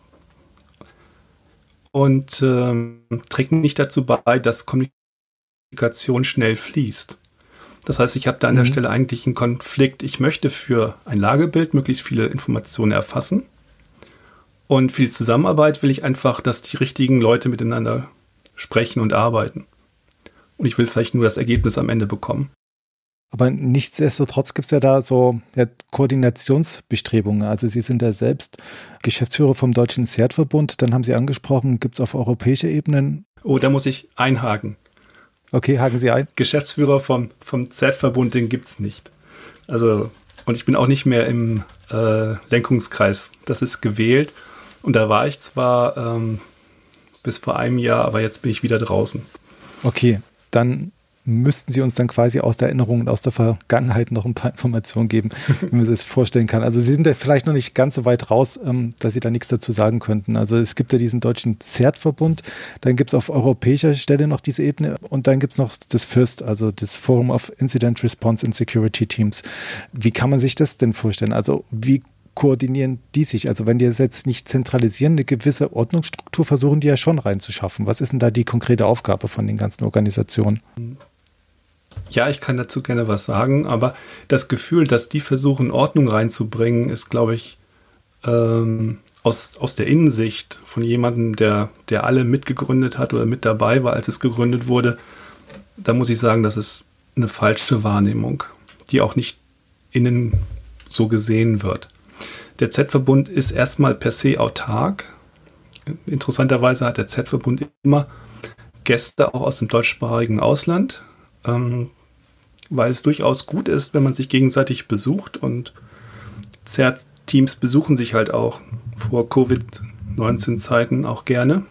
und ähm, trägt nicht dazu bei, dass Kommunikation schnell fließt. Das heißt, ich habe da an der mhm. Stelle eigentlich einen Konflikt. Ich möchte für ein Lagebild möglichst viele Informationen erfassen. Und für die Zusammenarbeit will ich einfach, dass die richtigen Leute miteinander sprechen und arbeiten. Und ich will vielleicht nur das Ergebnis am Ende bekommen. Aber nichtsdestotrotz gibt es ja da so ja, Koordinationsbestrebungen. Also Sie sind ja selbst Geschäftsführer vom Deutschen C E R T-Verbund. Dann haben Sie angesprochen, gibt es auf europäischer Ebene? Oh, da muss ich einhaken. Okay, haken Sie ein. Geschäftsführer vom, vom C E R T-Verbund, den gibt es nicht. Also, und ich bin auch nicht mehr im äh, Lenkungskreis. Das ist gewählt. Und da war ich zwar ähm, bis vor einem Jahr, aber jetzt bin ich wieder draußen. Okay, dann müssten Sie uns dann quasi aus der Erinnerung und aus der Vergangenheit noch ein paar Informationen geben, wie man sich das vorstellen kann. Also Sie sind ja vielleicht noch nicht ganz so weit raus, ähm, dass Sie da nichts dazu sagen könnten. Also es gibt ja diesen deutschen C E R T-Verbund, dann gibt es auf europäischer Stelle noch diese Ebene und dann gibt es noch das FIRST, also das Forum of Incident Response and Security Teams. Wie kann man sich das denn vorstellen? Also wie koordinieren die sich? Also wenn die das jetzt nicht zentralisieren, eine gewisse Ordnungsstruktur versuchen die ja schon reinzuschaffen. Was ist denn da die konkrete Aufgabe von den ganzen Organisationen? Ja, ich kann dazu gerne was sagen, aber das Gefühl, dass die versuchen, Ordnung reinzubringen, ist, glaube ich, ähm, aus, aus der Innensicht von jemandem, der, der alle mitgegründet hat oder mit dabei war, als es gegründet wurde, da muss ich sagen, das ist eine falsche Wahrnehmung, die auch nicht innen so gesehen wird. Der Z E R T-Verbund ist erstmal per se autark. Interessanterweise hat der Z E R T-Verbund immer Gäste auch aus dem deutschsprachigen Ausland, ähm, weil es durchaus gut ist, wenn man sich gegenseitig besucht und Z E R T-Teams besuchen sich halt auch vor Covid neunzehn Zeiten auch gerne.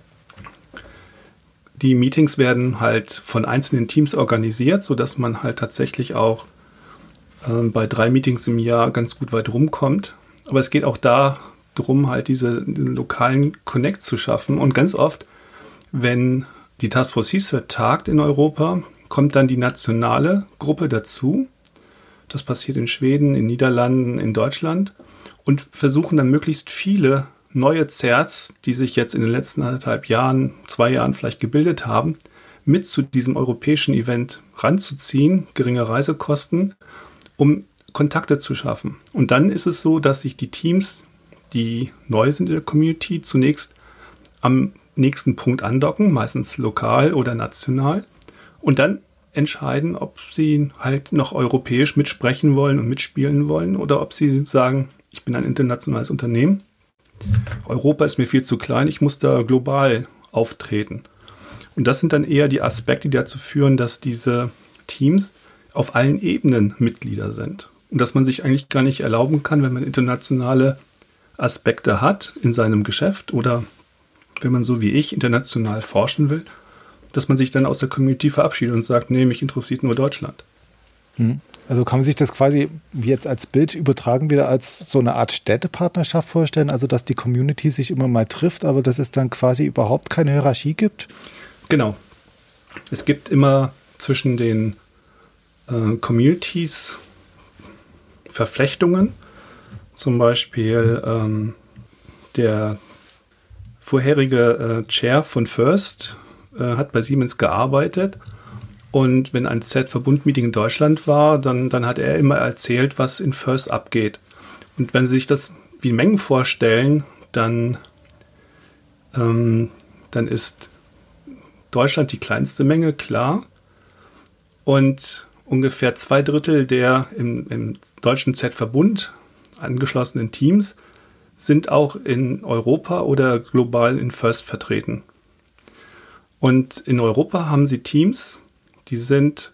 Die Meetings werden halt von einzelnen Teams organisiert, sodass man halt tatsächlich auch äh, bei drei Meetings im Jahr ganz gut weit rumkommt. Aber es geht auch darum, halt diese, diesen lokalen Connect zu schaffen. Und ganz oft, wenn die Task Force C S I R T tagt in Europa, kommt dann die nationale Gruppe dazu. Das passiert in Schweden, in Niederlanden, in Deutschland. Und versuchen dann möglichst viele neue C E R Ts, die sich jetzt in den letzten anderthalb Jahren, zwei Jahren vielleicht gebildet haben, mit zu diesem europäischen Event ranzuziehen, geringe Reisekosten, um Kontakte zu schaffen. Und dann ist es so, dass sich die Teams, die neu sind in der Community, zunächst am nächsten Punkt andocken, meistens lokal oder national, und dann entscheiden, ob sie halt noch europäisch mitsprechen wollen und mitspielen wollen oder ob sie sagen, ich bin ein internationales Unternehmen, Europa ist mir viel zu klein, ich muss da global auftreten. Und das sind dann eher die Aspekte, die dazu führen, dass diese Teams auf allen Ebenen Mitglieder sind. Und dass man sich eigentlich gar nicht erlauben kann, wenn man internationale Aspekte hat in seinem Geschäft oder wenn man so wie ich international forschen will, dass man sich dann aus der Community verabschiedet und sagt, nee, mich interessiert nur Deutschland. Also kann man sich das quasi wie jetzt als Bild übertragen wieder als so eine Art Städtepartnerschaft vorstellen, also dass die Community sich immer mal trifft, aber dass es dann quasi überhaupt keine Hierarchie gibt? Genau. Es gibt immer zwischen den äh, Communities Verflechtungen. Zum Beispiel ähm, der vorherige äh, Chair von FIRST äh, hat bei Siemens gearbeitet. Und wenn ein Z E R T-Verbund-Meeting in Deutschland war, dann, dann hat er immer erzählt, was in FIRST abgeht. Und wenn Sie sich das wie Mengen vorstellen, dann, ähm, dann ist Deutschland die kleinste Menge, klar. Und ungefähr zwei Drittel der im, im deutschen Z E R T-Verbund angeschlossenen Teams sind auch in Europa oder global in FIRST vertreten. Und in Europa haben sie Teams, die sind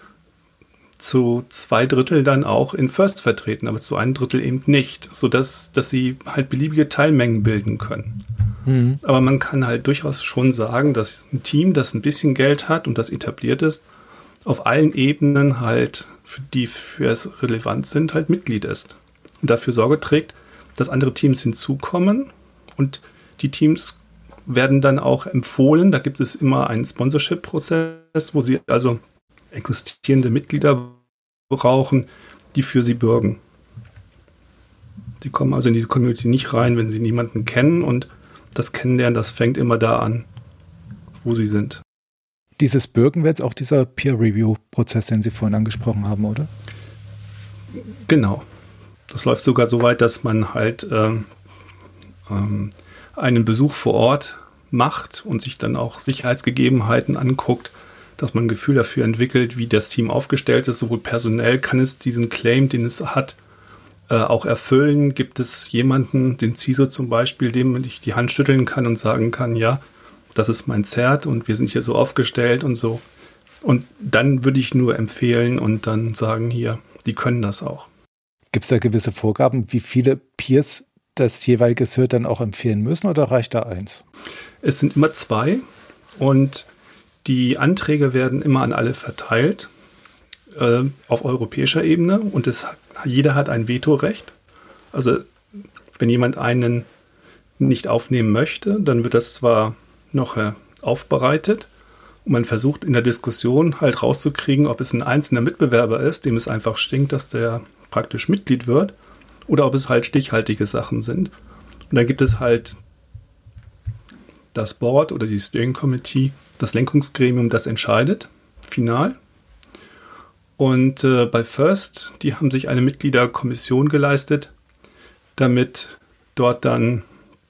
zu zwei Drittel dann auch in FIRST vertreten, aber zu einem Drittel eben nicht, sodass dass sie halt beliebige Teilmengen bilden können. Mhm. Aber man kann halt durchaus schon sagen, dass ein Team, das ein bisschen Geld hat und das etabliert ist, auf allen Ebenen halt, für die für es relevant sind, halt Mitglied ist. Und dafür Sorge trägt, dass andere Teams hinzukommen und die Teams werden dann auch empfohlen. Da gibt es immer einen Sponsorship-Prozess, wo sie also existierende Mitglieder brauchen, die für sie bürgen. Die kommen also in diese Community nicht rein, wenn sie niemanden kennen, und das Kennenlernen, das fängt immer da an, wo sie sind. Dieses Bürgen wäre jetzt auch dieser Peer-Review-Prozess, den Sie vorhin angesprochen haben, oder? Genau. Das läuft sogar so weit, dass man halt ähm, ähm, einen Besuch vor Ort macht und sich dann auch Sicherheitsgegebenheiten anguckt, dass man ein Gefühl dafür entwickelt, wie das Team aufgestellt ist. Sowohl personell kann es diesen Claim, den es hat, äh, auch erfüllen. Gibt es jemanden, den C I S O zum Beispiel, dem ich die Hand schütteln kann und sagen kann, ja, das ist mein Zert und wir sind hier so aufgestellt und so. Und dann würde ich nur empfehlen und dann sagen, hier, die können das auch. Gibt es da gewisse Vorgaben, wie viele Peers das jeweilige Cert dann auch empfehlen müssen, oder reicht da eins? Es sind immer zwei und die Anträge werden immer an alle verteilt äh, auf europäischer Ebene, und es, jeder hat ein Vetorecht. Also wenn jemand einen nicht aufnehmen möchte, dann wird das zwar noch äh, aufbereitet und man versucht in der Diskussion halt rauszukriegen, ob es ein einzelner Mitbewerber ist, dem es einfach stinkt, dass der praktisch Mitglied wird, oder ob es halt stichhaltige Sachen sind. Und dann gibt es halt das Board oder die Steering Committee, das Lenkungsgremium, das entscheidet, final. Und äh, bei First, die haben sich eine Mitgliederkommission geleistet, damit dort dann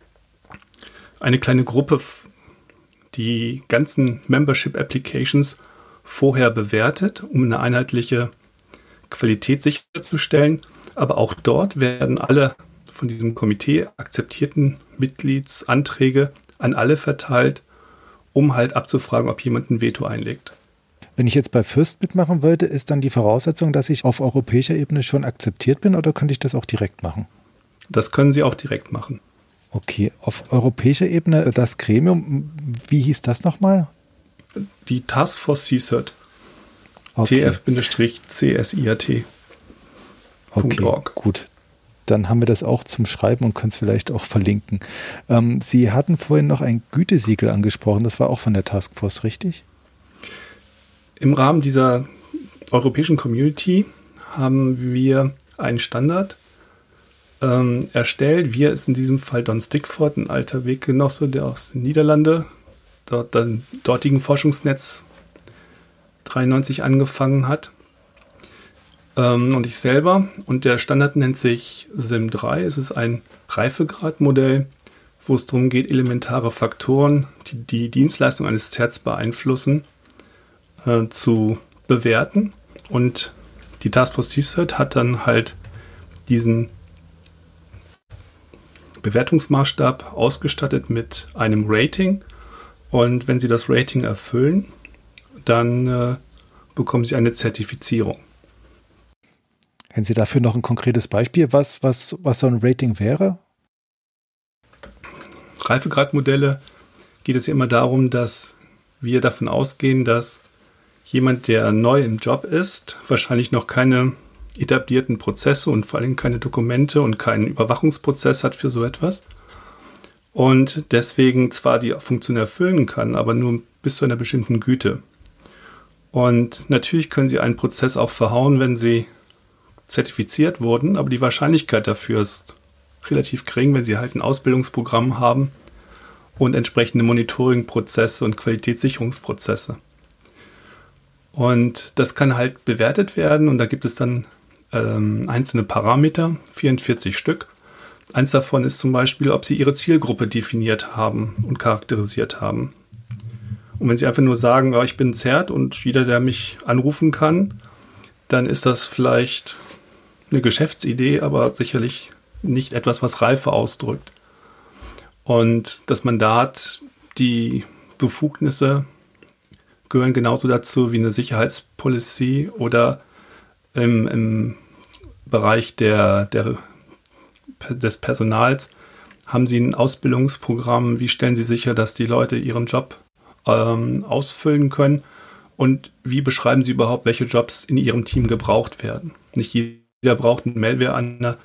eine kleine Gruppe die ganzen Membership Applications vorher bewertet, um eine einheitliche Qualität sicherzustellen. Aber auch dort werden alle von diesem Komitee akzeptierten Mitgliedsanträge an alle verteilt, um halt abzufragen, ob jemand ein Veto einlegt. Wenn ich jetzt bei First mitmachen wollte, ist dann die Voraussetzung, dass ich auf europäischer Ebene schon akzeptiert bin, oder könnte ich das auch direkt machen? Das können Sie auch direkt machen. Okay, auf europäischer Ebene das Gremium, wie hieß das nochmal? Die Taskforce C S I R T. Okay. T F C S I R T. Okay, gut. Dann haben wir das auch zum Schreiben und können es vielleicht auch verlinken. Ähm, Sie hatten vorhin noch ein Gütesiegel angesprochen, das war auch von der Taskforce, richtig? Im Rahmen dieser europäischen Community haben wir einen Standard ähm, erstellt. Wir ist in diesem Fall Don Stickford, ein alter Weggenosse, der aus den Niederlanden, dort dem dortigen Forschungsnetz dreiundneunzig angefangen hat. Ähm, und ich selber. Und der Standard nennt sich S I M drei. Es ist ein Reifegradmodell, wo es darum geht, elementare Faktoren, die die Dienstleistung eines Zerts beeinflussen, äh, zu bewerten. Und die Taskforce C S I R T hat dann halt diesen Bewertungsmaßstab ausgestattet mit einem Rating. Und wenn Sie das Rating erfüllen, dann äh, bekommen Sie eine Zertifizierung. Hätten Sie dafür noch ein konkretes Beispiel, was, was, was so ein Rating wäre? Reifegradmodelle geht es ja immer darum, dass wir davon ausgehen, dass jemand, der neu im Job ist, wahrscheinlich noch keine etablierten Prozesse und vor allem keine Dokumente und keinen Überwachungsprozess hat für so etwas. Und deswegen zwar die Funktion erfüllen kann, aber nur bis zu einer bestimmten Güte. Und natürlich können Sie einen Prozess auch verhauen, wenn Sie zertifiziert wurden, aber die Wahrscheinlichkeit dafür ist relativ gering, wenn Sie halt ein Ausbildungsprogramm haben und entsprechende Monitoringprozesse und Qualitätssicherungsprozesse. Und das kann halt bewertet werden, und da gibt es dann ähm, einzelne Parameter, vierundvierzig Stück. Eins davon ist zum Beispiel, ob Sie Ihre Zielgruppe definiert haben und charakterisiert haben. Und wenn Sie einfach nur sagen, ja, ich bin Zert und jeder, der mich anrufen kann, dann ist das vielleicht eine Geschäftsidee, aber sicherlich nicht etwas, was Reife ausdrückt. Und das Mandat, die Befugnisse gehören genauso dazu wie eine Sicherheitspolicy oder im, im Bereich der, der, des Personals haben Sie ein Ausbildungsprogramm. Wie stellen Sie sicher, dass die Leute ihren Job ähm, ausfüllen können? Und wie beschreiben Sie überhaupt, welche Jobs in Ihrem Team gebraucht werden? Nicht jeder braucht einen Malware-Analysten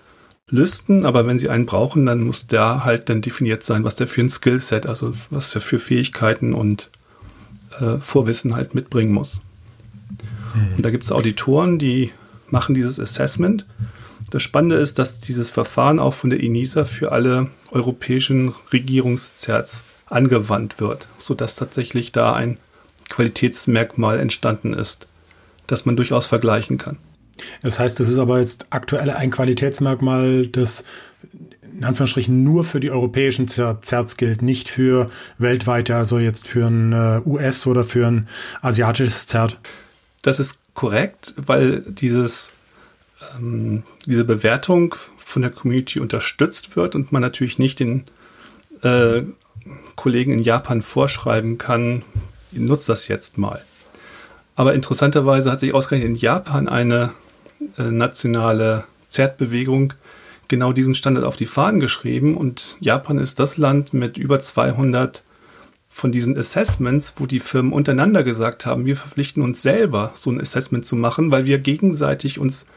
lüsten, aber wenn sie einen brauchen, dann muss da halt dann definiert sein, was der für ein Skillset, also was der für Fähigkeiten und äh, Vorwissen halt mitbringen muss. Mhm. Und da gibt es Auditoren, die machen dieses Assessment. Das Spannende ist, dass dieses Verfahren auch von der ENISA für alle europäischen Regierungszerts angewandt wird, sodass tatsächlich da ein Qualitätsmerkmal entstanden ist, das man durchaus vergleichen kann. Das heißt, das ist aber jetzt aktuell ein Qualitätsmerkmal, das in Anführungsstrichen nur für die europäischen Zerts gilt, nicht für weltweite, also jetzt für ein U S oder für ein asiatisches Zert. Das ist korrekt, weil dieses, ähm, diese Bewertung von der Community unterstützt wird und man natürlich nicht den äh, Kollegen in Japan vorschreiben kann, nutzt das jetzt mal. Aber interessanterweise hat sich ausgerechnet in Japan eine äh, nationale Zertbewegung genau diesen Standard auf die Fahnen geschrieben und Japan ist das Land mit über zweihundert von diesen Assessments, wo die Firmen untereinander gesagt haben, wir verpflichten uns selber, so ein Assessment zu machen, weil wir gegenseitig uns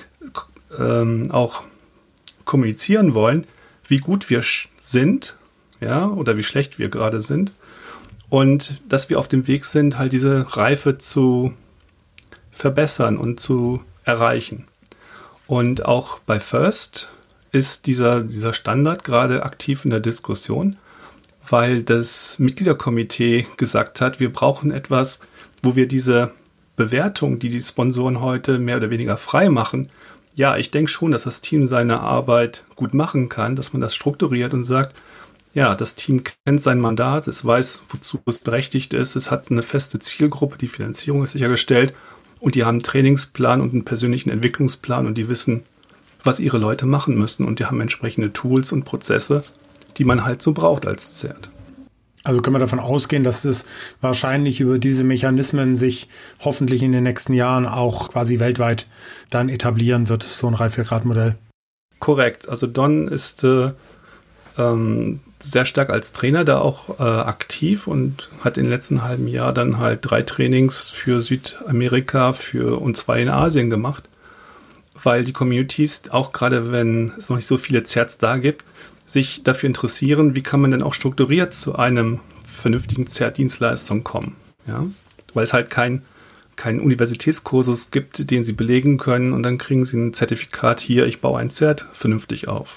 ähm, auch kommunizieren wollen, wie gut wir sind, ja, oder wie schlecht wir gerade sind. Und dass wir auf dem Weg sind, halt diese Reife zu verbessern und zu erreichen. Und auch bei FIRST ist dieser, dieser Standard gerade aktiv in der Diskussion, weil das Mitgliederkomitee gesagt hat, wir brauchen etwas, wo wir diese Bewertung, die die Sponsoren heute mehr oder weniger frei machen, ja, ich denke schon, dass das Team seine Arbeit gut machen kann, dass man das strukturiert und sagt, ja, das Team kennt sein Mandat, es weiß, wozu es berechtigt ist, es hat eine feste Zielgruppe, die Finanzierung ist sichergestellt und die haben einen Trainingsplan und einen persönlichen Entwicklungsplan und die wissen, was ihre Leute machen müssen und die haben entsprechende Tools und Prozesse, die man halt so braucht als Zert. Also können wir davon ausgehen, dass es wahrscheinlich über diese Mechanismen sich hoffentlich in den nächsten Jahren auch quasi weltweit dann etablieren wird, so ein Reifegrad-Modell. Korrekt. Also Don ist äh, ähm, sehr stark als Trainer da auch äh, aktiv und hat im letzten halben Jahr dann halt drei Trainings für Südamerika für und zwei in Asien gemacht, weil die Communities, auch gerade wenn es noch nicht so viele Zerts da gibt, sich dafür interessieren, wie kann man denn auch strukturiert zu einem vernünftigen Zert-Dienstleistung kommen. Ja? Weil es halt kein, kein Universitätskursus gibt, den sie belegen können und dann kriegen sie ein Zertifikat hier, ich baue ein Zert vernünftig auf.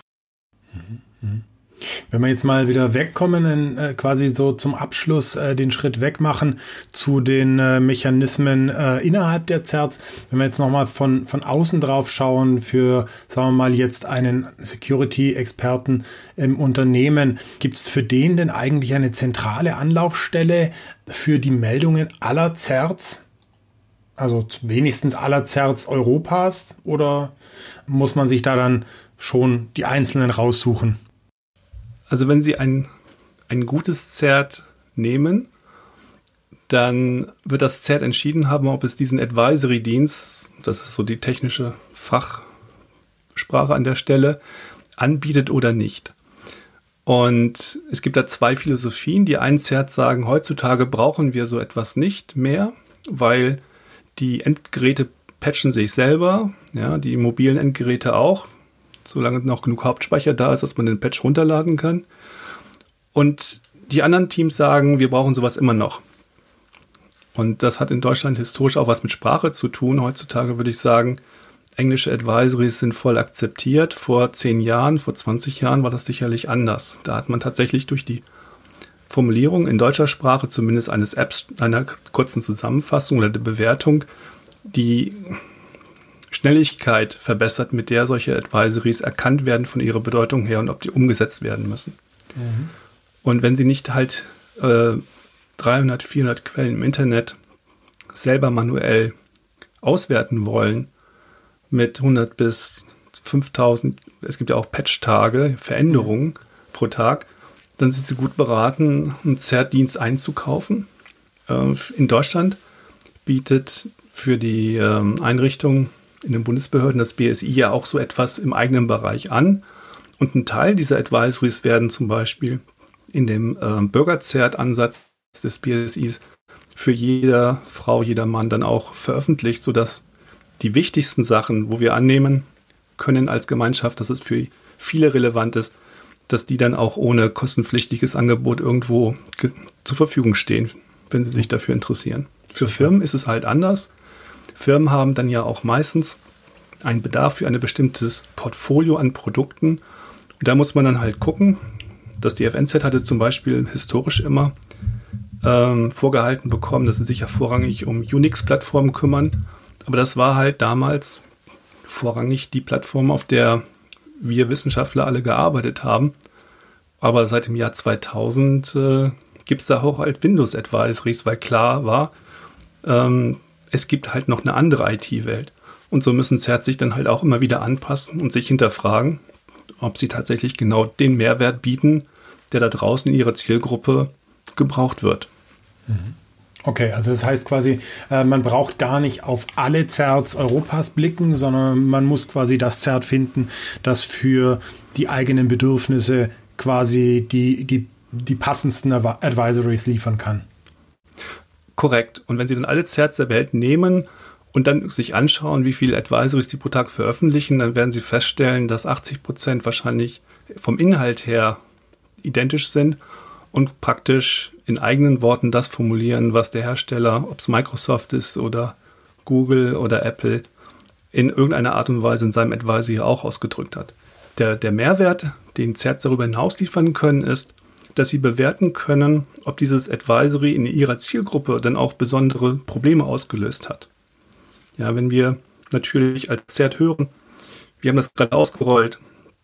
Wenn wir jetzt mal wieder wegkommen, äh, quasi so zum Abschluss äh, den Schritt wegmachen zu den äh, Mechanismen äh, innerhalb der Zerts, wenn wir jetzt nochmal von, von außen drauf schauen für, sagen wir mal, jetzt einen Security-Experten im Unternehmen, gibt es für den denn eigentlich eine zentrale Anlaufstelle für die Meldungen aller Zerts? Also wenigstens aller Zerts Europas, oder muss man sich da dann schon die einzelnen raussuchen? Also wenn Sie ein, ein gutes Zert nehmen, dann wird das Zert entschieden haben, ob es diesen Advisory-Dienst, das ist so die technische Fachsprache an der Stelle, anbietet oder nicht. Und es gibt da zwei Philosophien. Die einen Zert sagen, heutzutage brauchen wir so etwas nicht mehr, weil die Endgeräte patchen sich selber, ja, die mobilen Endgeräte auch, solange noch genug Hauptspeicher da ist, dass man den Patch runterladen kann. Und die anderen Teams sagen, wir brauchen sowas immer noch. Und das hat in Deutschland historisch auch was mit Sprache zu tun. Heutzutage würde ich sagen, englische Advisories sind voll akzeptiert. Vor zehn Jahren, vor zwanzig Jahren war das sicherlich anders. Da hat man tatsächlich durch die Formulierung in deutscher Sprache, zumindest eines Apps, einer kurzen Zusammenfassung oder der Bewertung, die Schnelligkeit verbessert, mit der solche Advisories erkannt werden von ihrer Bedeutung her und ob die umgesetzt werden müssen. Mhm. Und wenn Sie nicht halt äh, dreihundert, vierhundert Quellen im Internet selber manuell auswerten wollen mit hundert bis fünftausend, es gibt ja auch Patch-Tage, Veränderungen mhm. pro Tag, dann sind Sie gut beraten, einen Zertdienst einzukaufen. Äh, in Deutschland bietet für die äh, Einrichtung in den Bundesbehörden das B S I ja auch so etwas im eigenen Bereich an. Und ein Teil dieser Advisories werden zum Beispiel in dem äh, Bürgerzert-Ansatz des B S Is für jede Frau, jeder Mann dann auch veröffentlicht, sodass die wichtigsten Sachen, wo wir annehmen, können als Gemeinschaft, dass es für viele relevant ist, dass die dann auch ohne kostenpflichtiges Angebot irgendwo ge- zur Verfügung stehen, wenn sie sich dafür interessieren. Für Firmen ist es halt anders. Firmen haben dann ja auch meistens einen Bedarf für ein bestimmtes Portfolio an Produkten. Und da muss man dann halt gucken. Das D F N Z hatte zum Beispiel historisch immer ähm, vorgehalten bekommen, dass sie sich ja vorrangig um Unix-Plattformen kümmern. Aber das war halt damals vorrangig die Plattform, auf der wir Wissenschaftler alle gearbeitet haben. Aber seit dem Jahr zweitausend äh, gibt es da auch halt Windows-Advisories, weil klar war, ähm, es gibt halt noch eine andere I T-Welt. Und so müssen Z E R T sich dann halt auch immer wieder anpassen und sich hinterfragen, ob sie tatsächlich genau den Mehrwert bieten, der da draußen in ihrer Zielgruppe gebraucht wird. Okay, also das heißt quasi, äh, man braucht gar nicht auf alle Z E R Ts Europas blicken, sondern man muss quasi das Z E R T finden, das für die eigenen Bedürfnisse quasi die, die, die passendsten Advisories liefern kann. Korrekt. Und wenn Sie dann alle Z E R Ts der Welt nehmen und dann sich anschauen, wie viele Advisories die pro Tag veröffentlichen, dann werden Sie feststellen, dass achtzig Prozent wahrscheinlich vom Inhalt her identisch sind und praktisch in eigenen Worten das formulieren, was der Hersteller, ob es Microsoft ist oder Google oder Apple, in irgendeiner Art und Weise in seinem Advisory auch ausgedrückt hat. Der, der Mehrwert, den Z E R Ts darüber hinaus liefern können, ist, dass sie bewerten können, ob dieses Advisory in ihrer Zielgruppe dann auch besondere Probleme ausgelöst hat. Ja, wenn wir natürlich als Z E R T hören, wir haben das gerade ausgerollt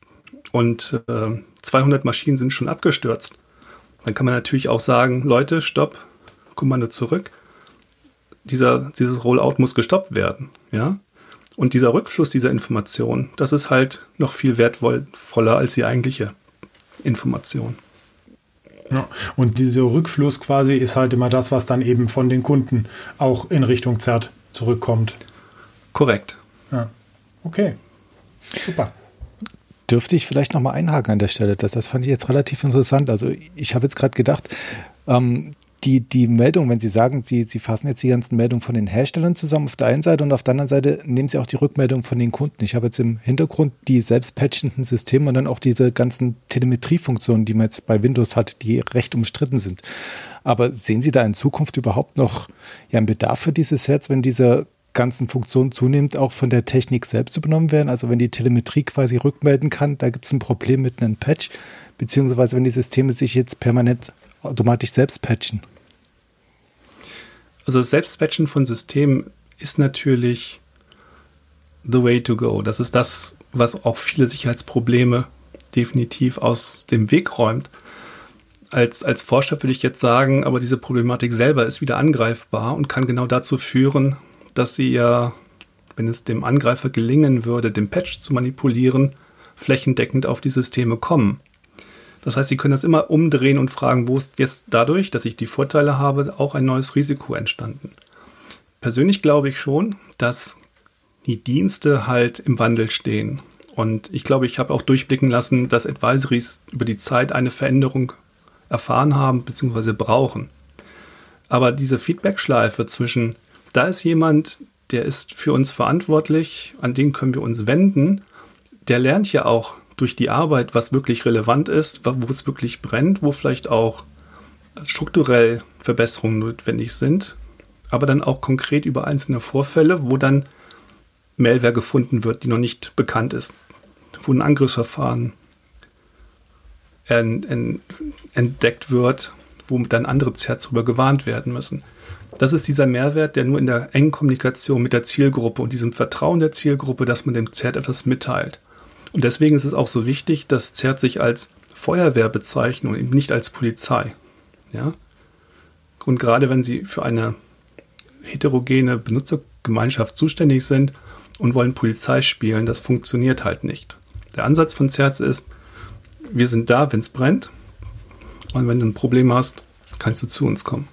und äh, zweihundert Maschinen sind schon abgestürzt, dann kann man natürlich auch sagen, Leute, stopp, Kommando zurück. Dieser, dieses Rollout muss gestoppt werden. Ja? Und dieser Rückfluss dieser Information, das ist halt noch viel wertvoller als die eigentliche Information. Ja, und dieser Rückfluss quasi ist halt immer das, was dann eben von den Kunden auch in Richtung Z E R T zurückkommt. Korrekt. Ja. Okay, super. Dürfte ich vielleicht nochmal einhaken an der Stelle? Das, das fand ich jetzt relativ interessant. Also ich habe jetzt gerade gedacht, ähm, die, die Meldung, wenn Sie sagen, Sie, Sie fassen jetzt die ganzen Meldungen von den Herstellern zusammen auf der einen Seite und auf der anderen Seite nehmen Sie auch die Rückmeldung von den Kunden. Ich habe jetzt im Hintergrund die selbstpatchenden Systeme und dann auch diese ganzen Telemetriefunktionen, die man jetzt bei Windows hat, die recht umstritten sind. Aber sehen Sie da in Zukunft überhaupt noch ja, einen Bedarf für diese Sets, wenn diese ganzen Funktionen zunehmend auch von der Technik selbst übernommen werden? Also wenn die Telemetrie quasi rückmelden kann, da gibt es ein Problem mit einem Patch, beziehungsweise wenn die Systeme sich jetzt permanent automatisch selbst patchen. Also das Selbstpatchen von Systemen ist natürlich the way to go. Das ist das, was auch viele Sicherheitsprobleme definitiv aus dem Weg räumt. Als, als Forscher würde ich jetzt sagen, aber diese Problematik selber ist wieder angreifbar und kann genau dazu führen, dass sie ja, wenn es dem Angreifer gelingen würde, den Patch zu manipulieren, flächendeckend auf die Systeme kommen. Das heißt, sie können das immer umdrehen und fragen, wo ist jetzt dadurch, dass ich die Vorteile habe, auch ein neues Risiko entstanden. Persönlich glaube ich schon, dass die Dienste halt im Wandel stehen. Und ich glaube, ich habe auch durchblicken lassen, dass Advisories über die Zeit eine Veränderung erfahren haben bzw. brauchen. Aber diese Feedback-Schleife zwischen, da ist jemand, der ist für uns verantwortlich, an den können wir uns wenden, der lernt ja auch durch die Arbeit, was wirklich relevant ist, wo es wirklich brennt, wo vielleicht auch strukturell Verbesserungen notwendig sind, aber dann auch konkret über einzelne Vorfälle, wo dann Malware gefunden wird, die noch nicht bekannt ist, wo ein Angriffsverfahren entdeckt wird, wo dann andere Z E R Ts darüber gewarnt werden müssen. Das ist dieser Mehrwert, der nur in der engen Kommunikation mit der Zielgruppe und diesem Vertrauen der Zielgruppe, dass man dem Z E R T etwas mitteilt. Und deswegen ist es auch so wichtig, dass Z E R T sich als Feuerwehr bezeichnen und eben nicht als Polizei. Ja? Und gerade wenn sie für eine heterogene Benutzergemeinschaft zuständig sind und wollen Polizei spielen, das funktioniert halt nicht. Der Ansatz von Z E R Ts ist, wir sind da, wenn es brennt, und wenn du ein Problem hast, kannst du zu uns kommen.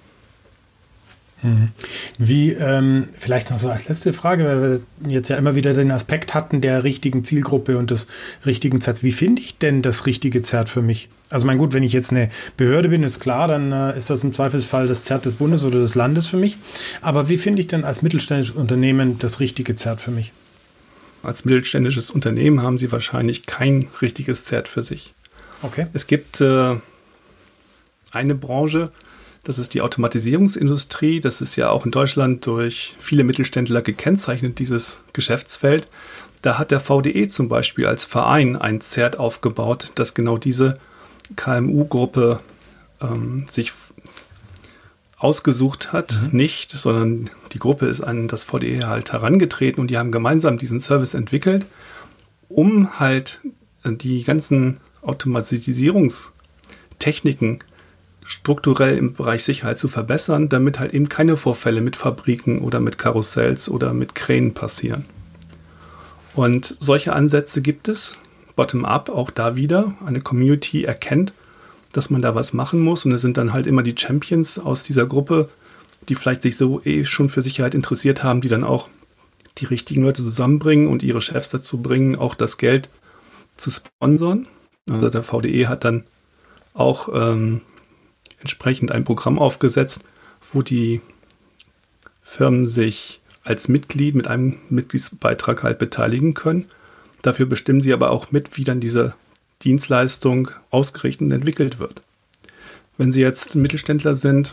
Wie, ähm, vielleicht noch so als letzte Frage, weil wir jetzt ja immer wieder den Aspekt hatten der richtigen Zielgruppe und des richtigen Z E R Ts. Wie finde ich denn das richtige Z E R T für mich? Also mein gut, wenn ich jetzt eine Behörde bin, ist klar, dann äh, ist das im Zweifelsfall das Z E R T des Bundes oder des Landes für mich. Aber wie finde ich denn als mittelständisches Unternehmen das richtige Z E R T für mich? als mittelständisches Unternehmen haben Sie wahrscheinlich kein richtiges Zert für sich. Okay. Es gibt äh, eine Branche, das ist die Automatisierungsindustrie. Das ist ja auch in Deutschland durch viele Mittelständler gekennzeichnet, dieses Geschäftsfeld. Da hat der V D E zum Beispiel als Verein ein Zert aufgebaut, das genau diese K M U-Gruppe ähm, sich ausgesucht hat. Mhm. Nicht, sondern die Gruppe ist an das V D E halt herangetreten und die haben gemeinsam diesen Service entwickelt, um halt die ganzen Automatisierungstechniken strukturell im Bereich Sicherheit zu verbessern, damit halt eben keine Vorfälle mit Fabriken oder mit Karussells oder mit Kränen passieren. Und solche Ansätze gibt es, bottom-up, auch da wieder. Eine Community erkennt, dass man da was machen muss und es sind dann halt immer die Champions aus dieser Gruppe, die vielleicht sich so eh schon für Sicherheit interessiert haben, die dann auch die richtigen Leute zusammenbringen und ihre Chefs dazu bringen, auch das Geld zu sponsern. Also der V D E hat dann auch ähm, entsprechend ein Programm aufgesetzt, wo die Firmen sich als Mitglied mit einem Mitgliedsbeitrag halt beteiligen können. Dafür bestimmen sie aber auch mit, wie dann diese Dienstleistung ausgerichtet und entwickelt wird. Wenn Sie jetzt Mittelständler sind,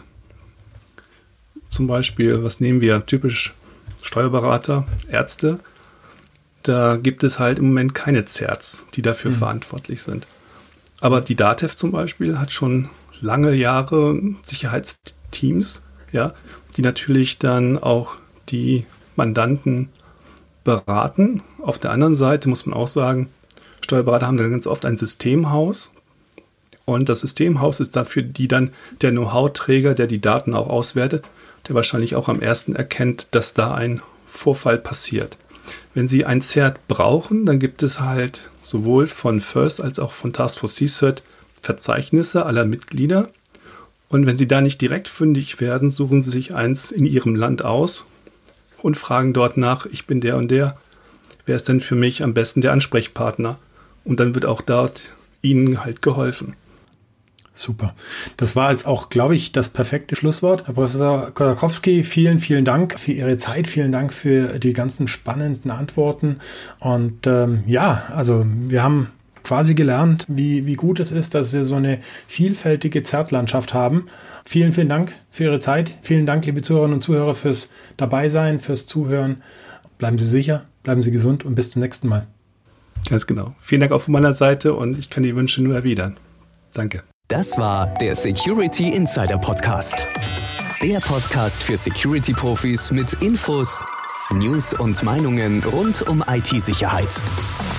zum Beispiel, was nehmen wir, typisch Steuerberater, Ärzte, da gibt es halt im Moment keine Zerts, die dafür mhm. verantwortlich sind. Aber die DATEV zum Beispiel hat schon lange Jahre Sicherheitsteams, ja, die natürlich dann auch die Mandanten beraten. Auf der anderen Seite muss man auch sagen, Steuerberater haben dann ganz oft ein Systemhaus und das Systemhaus ist dafür die dann der Know-how-Träger, der die Daten auch auswertet, der wahrscheinlich auch am ersten erkennt, dass da ein Vorfall passiert. Wenn Sie ein Zert brauchen, dann gibt es halt sowohl von FIRST als auch von Task Force C SIRT Verzeichnisse aller Mitglieder und wenn Sie da nicht direkt fündig werden, suchen Sie sich eins in Ihrem Land aus und fragen dort nach, ich bin der und der, wer ist denn für mich am besten der Ansprechpartner? Und dann wird auch dort Ihnen halt geholfen. Super. Das war jetzt auch, glaube ich, das perfekte Schlusswort. Herr Professor Kosakowski, vielen, vielen Dank für Ihre Zeit. Vielen Dank für die ganzen spannenden Antworten. Und ähm, ja, also wir haben quasi gelernt, wie, wie gut es ist, dass wir so eine vielfältige Zertlandschaft haben. Vielen, vielen Dank für Ihre Zeit. Vielen Dank, liebe Zuhörerinnen und Zuhörer, fürs Dabeisein, fürs Zuhören. Bleiben Sie sicher, bleiben Sie gesund und bis zum nächsten Mal. Ganz genau. Vielen Dank auch von meiner Seite und ich kann die Wünsche nur erwidern. Danke. Das war der Security Insider Podcast. Der Podcast für Security-Profis mit Infos, News und Meinungen rund um I T-Sicherheit.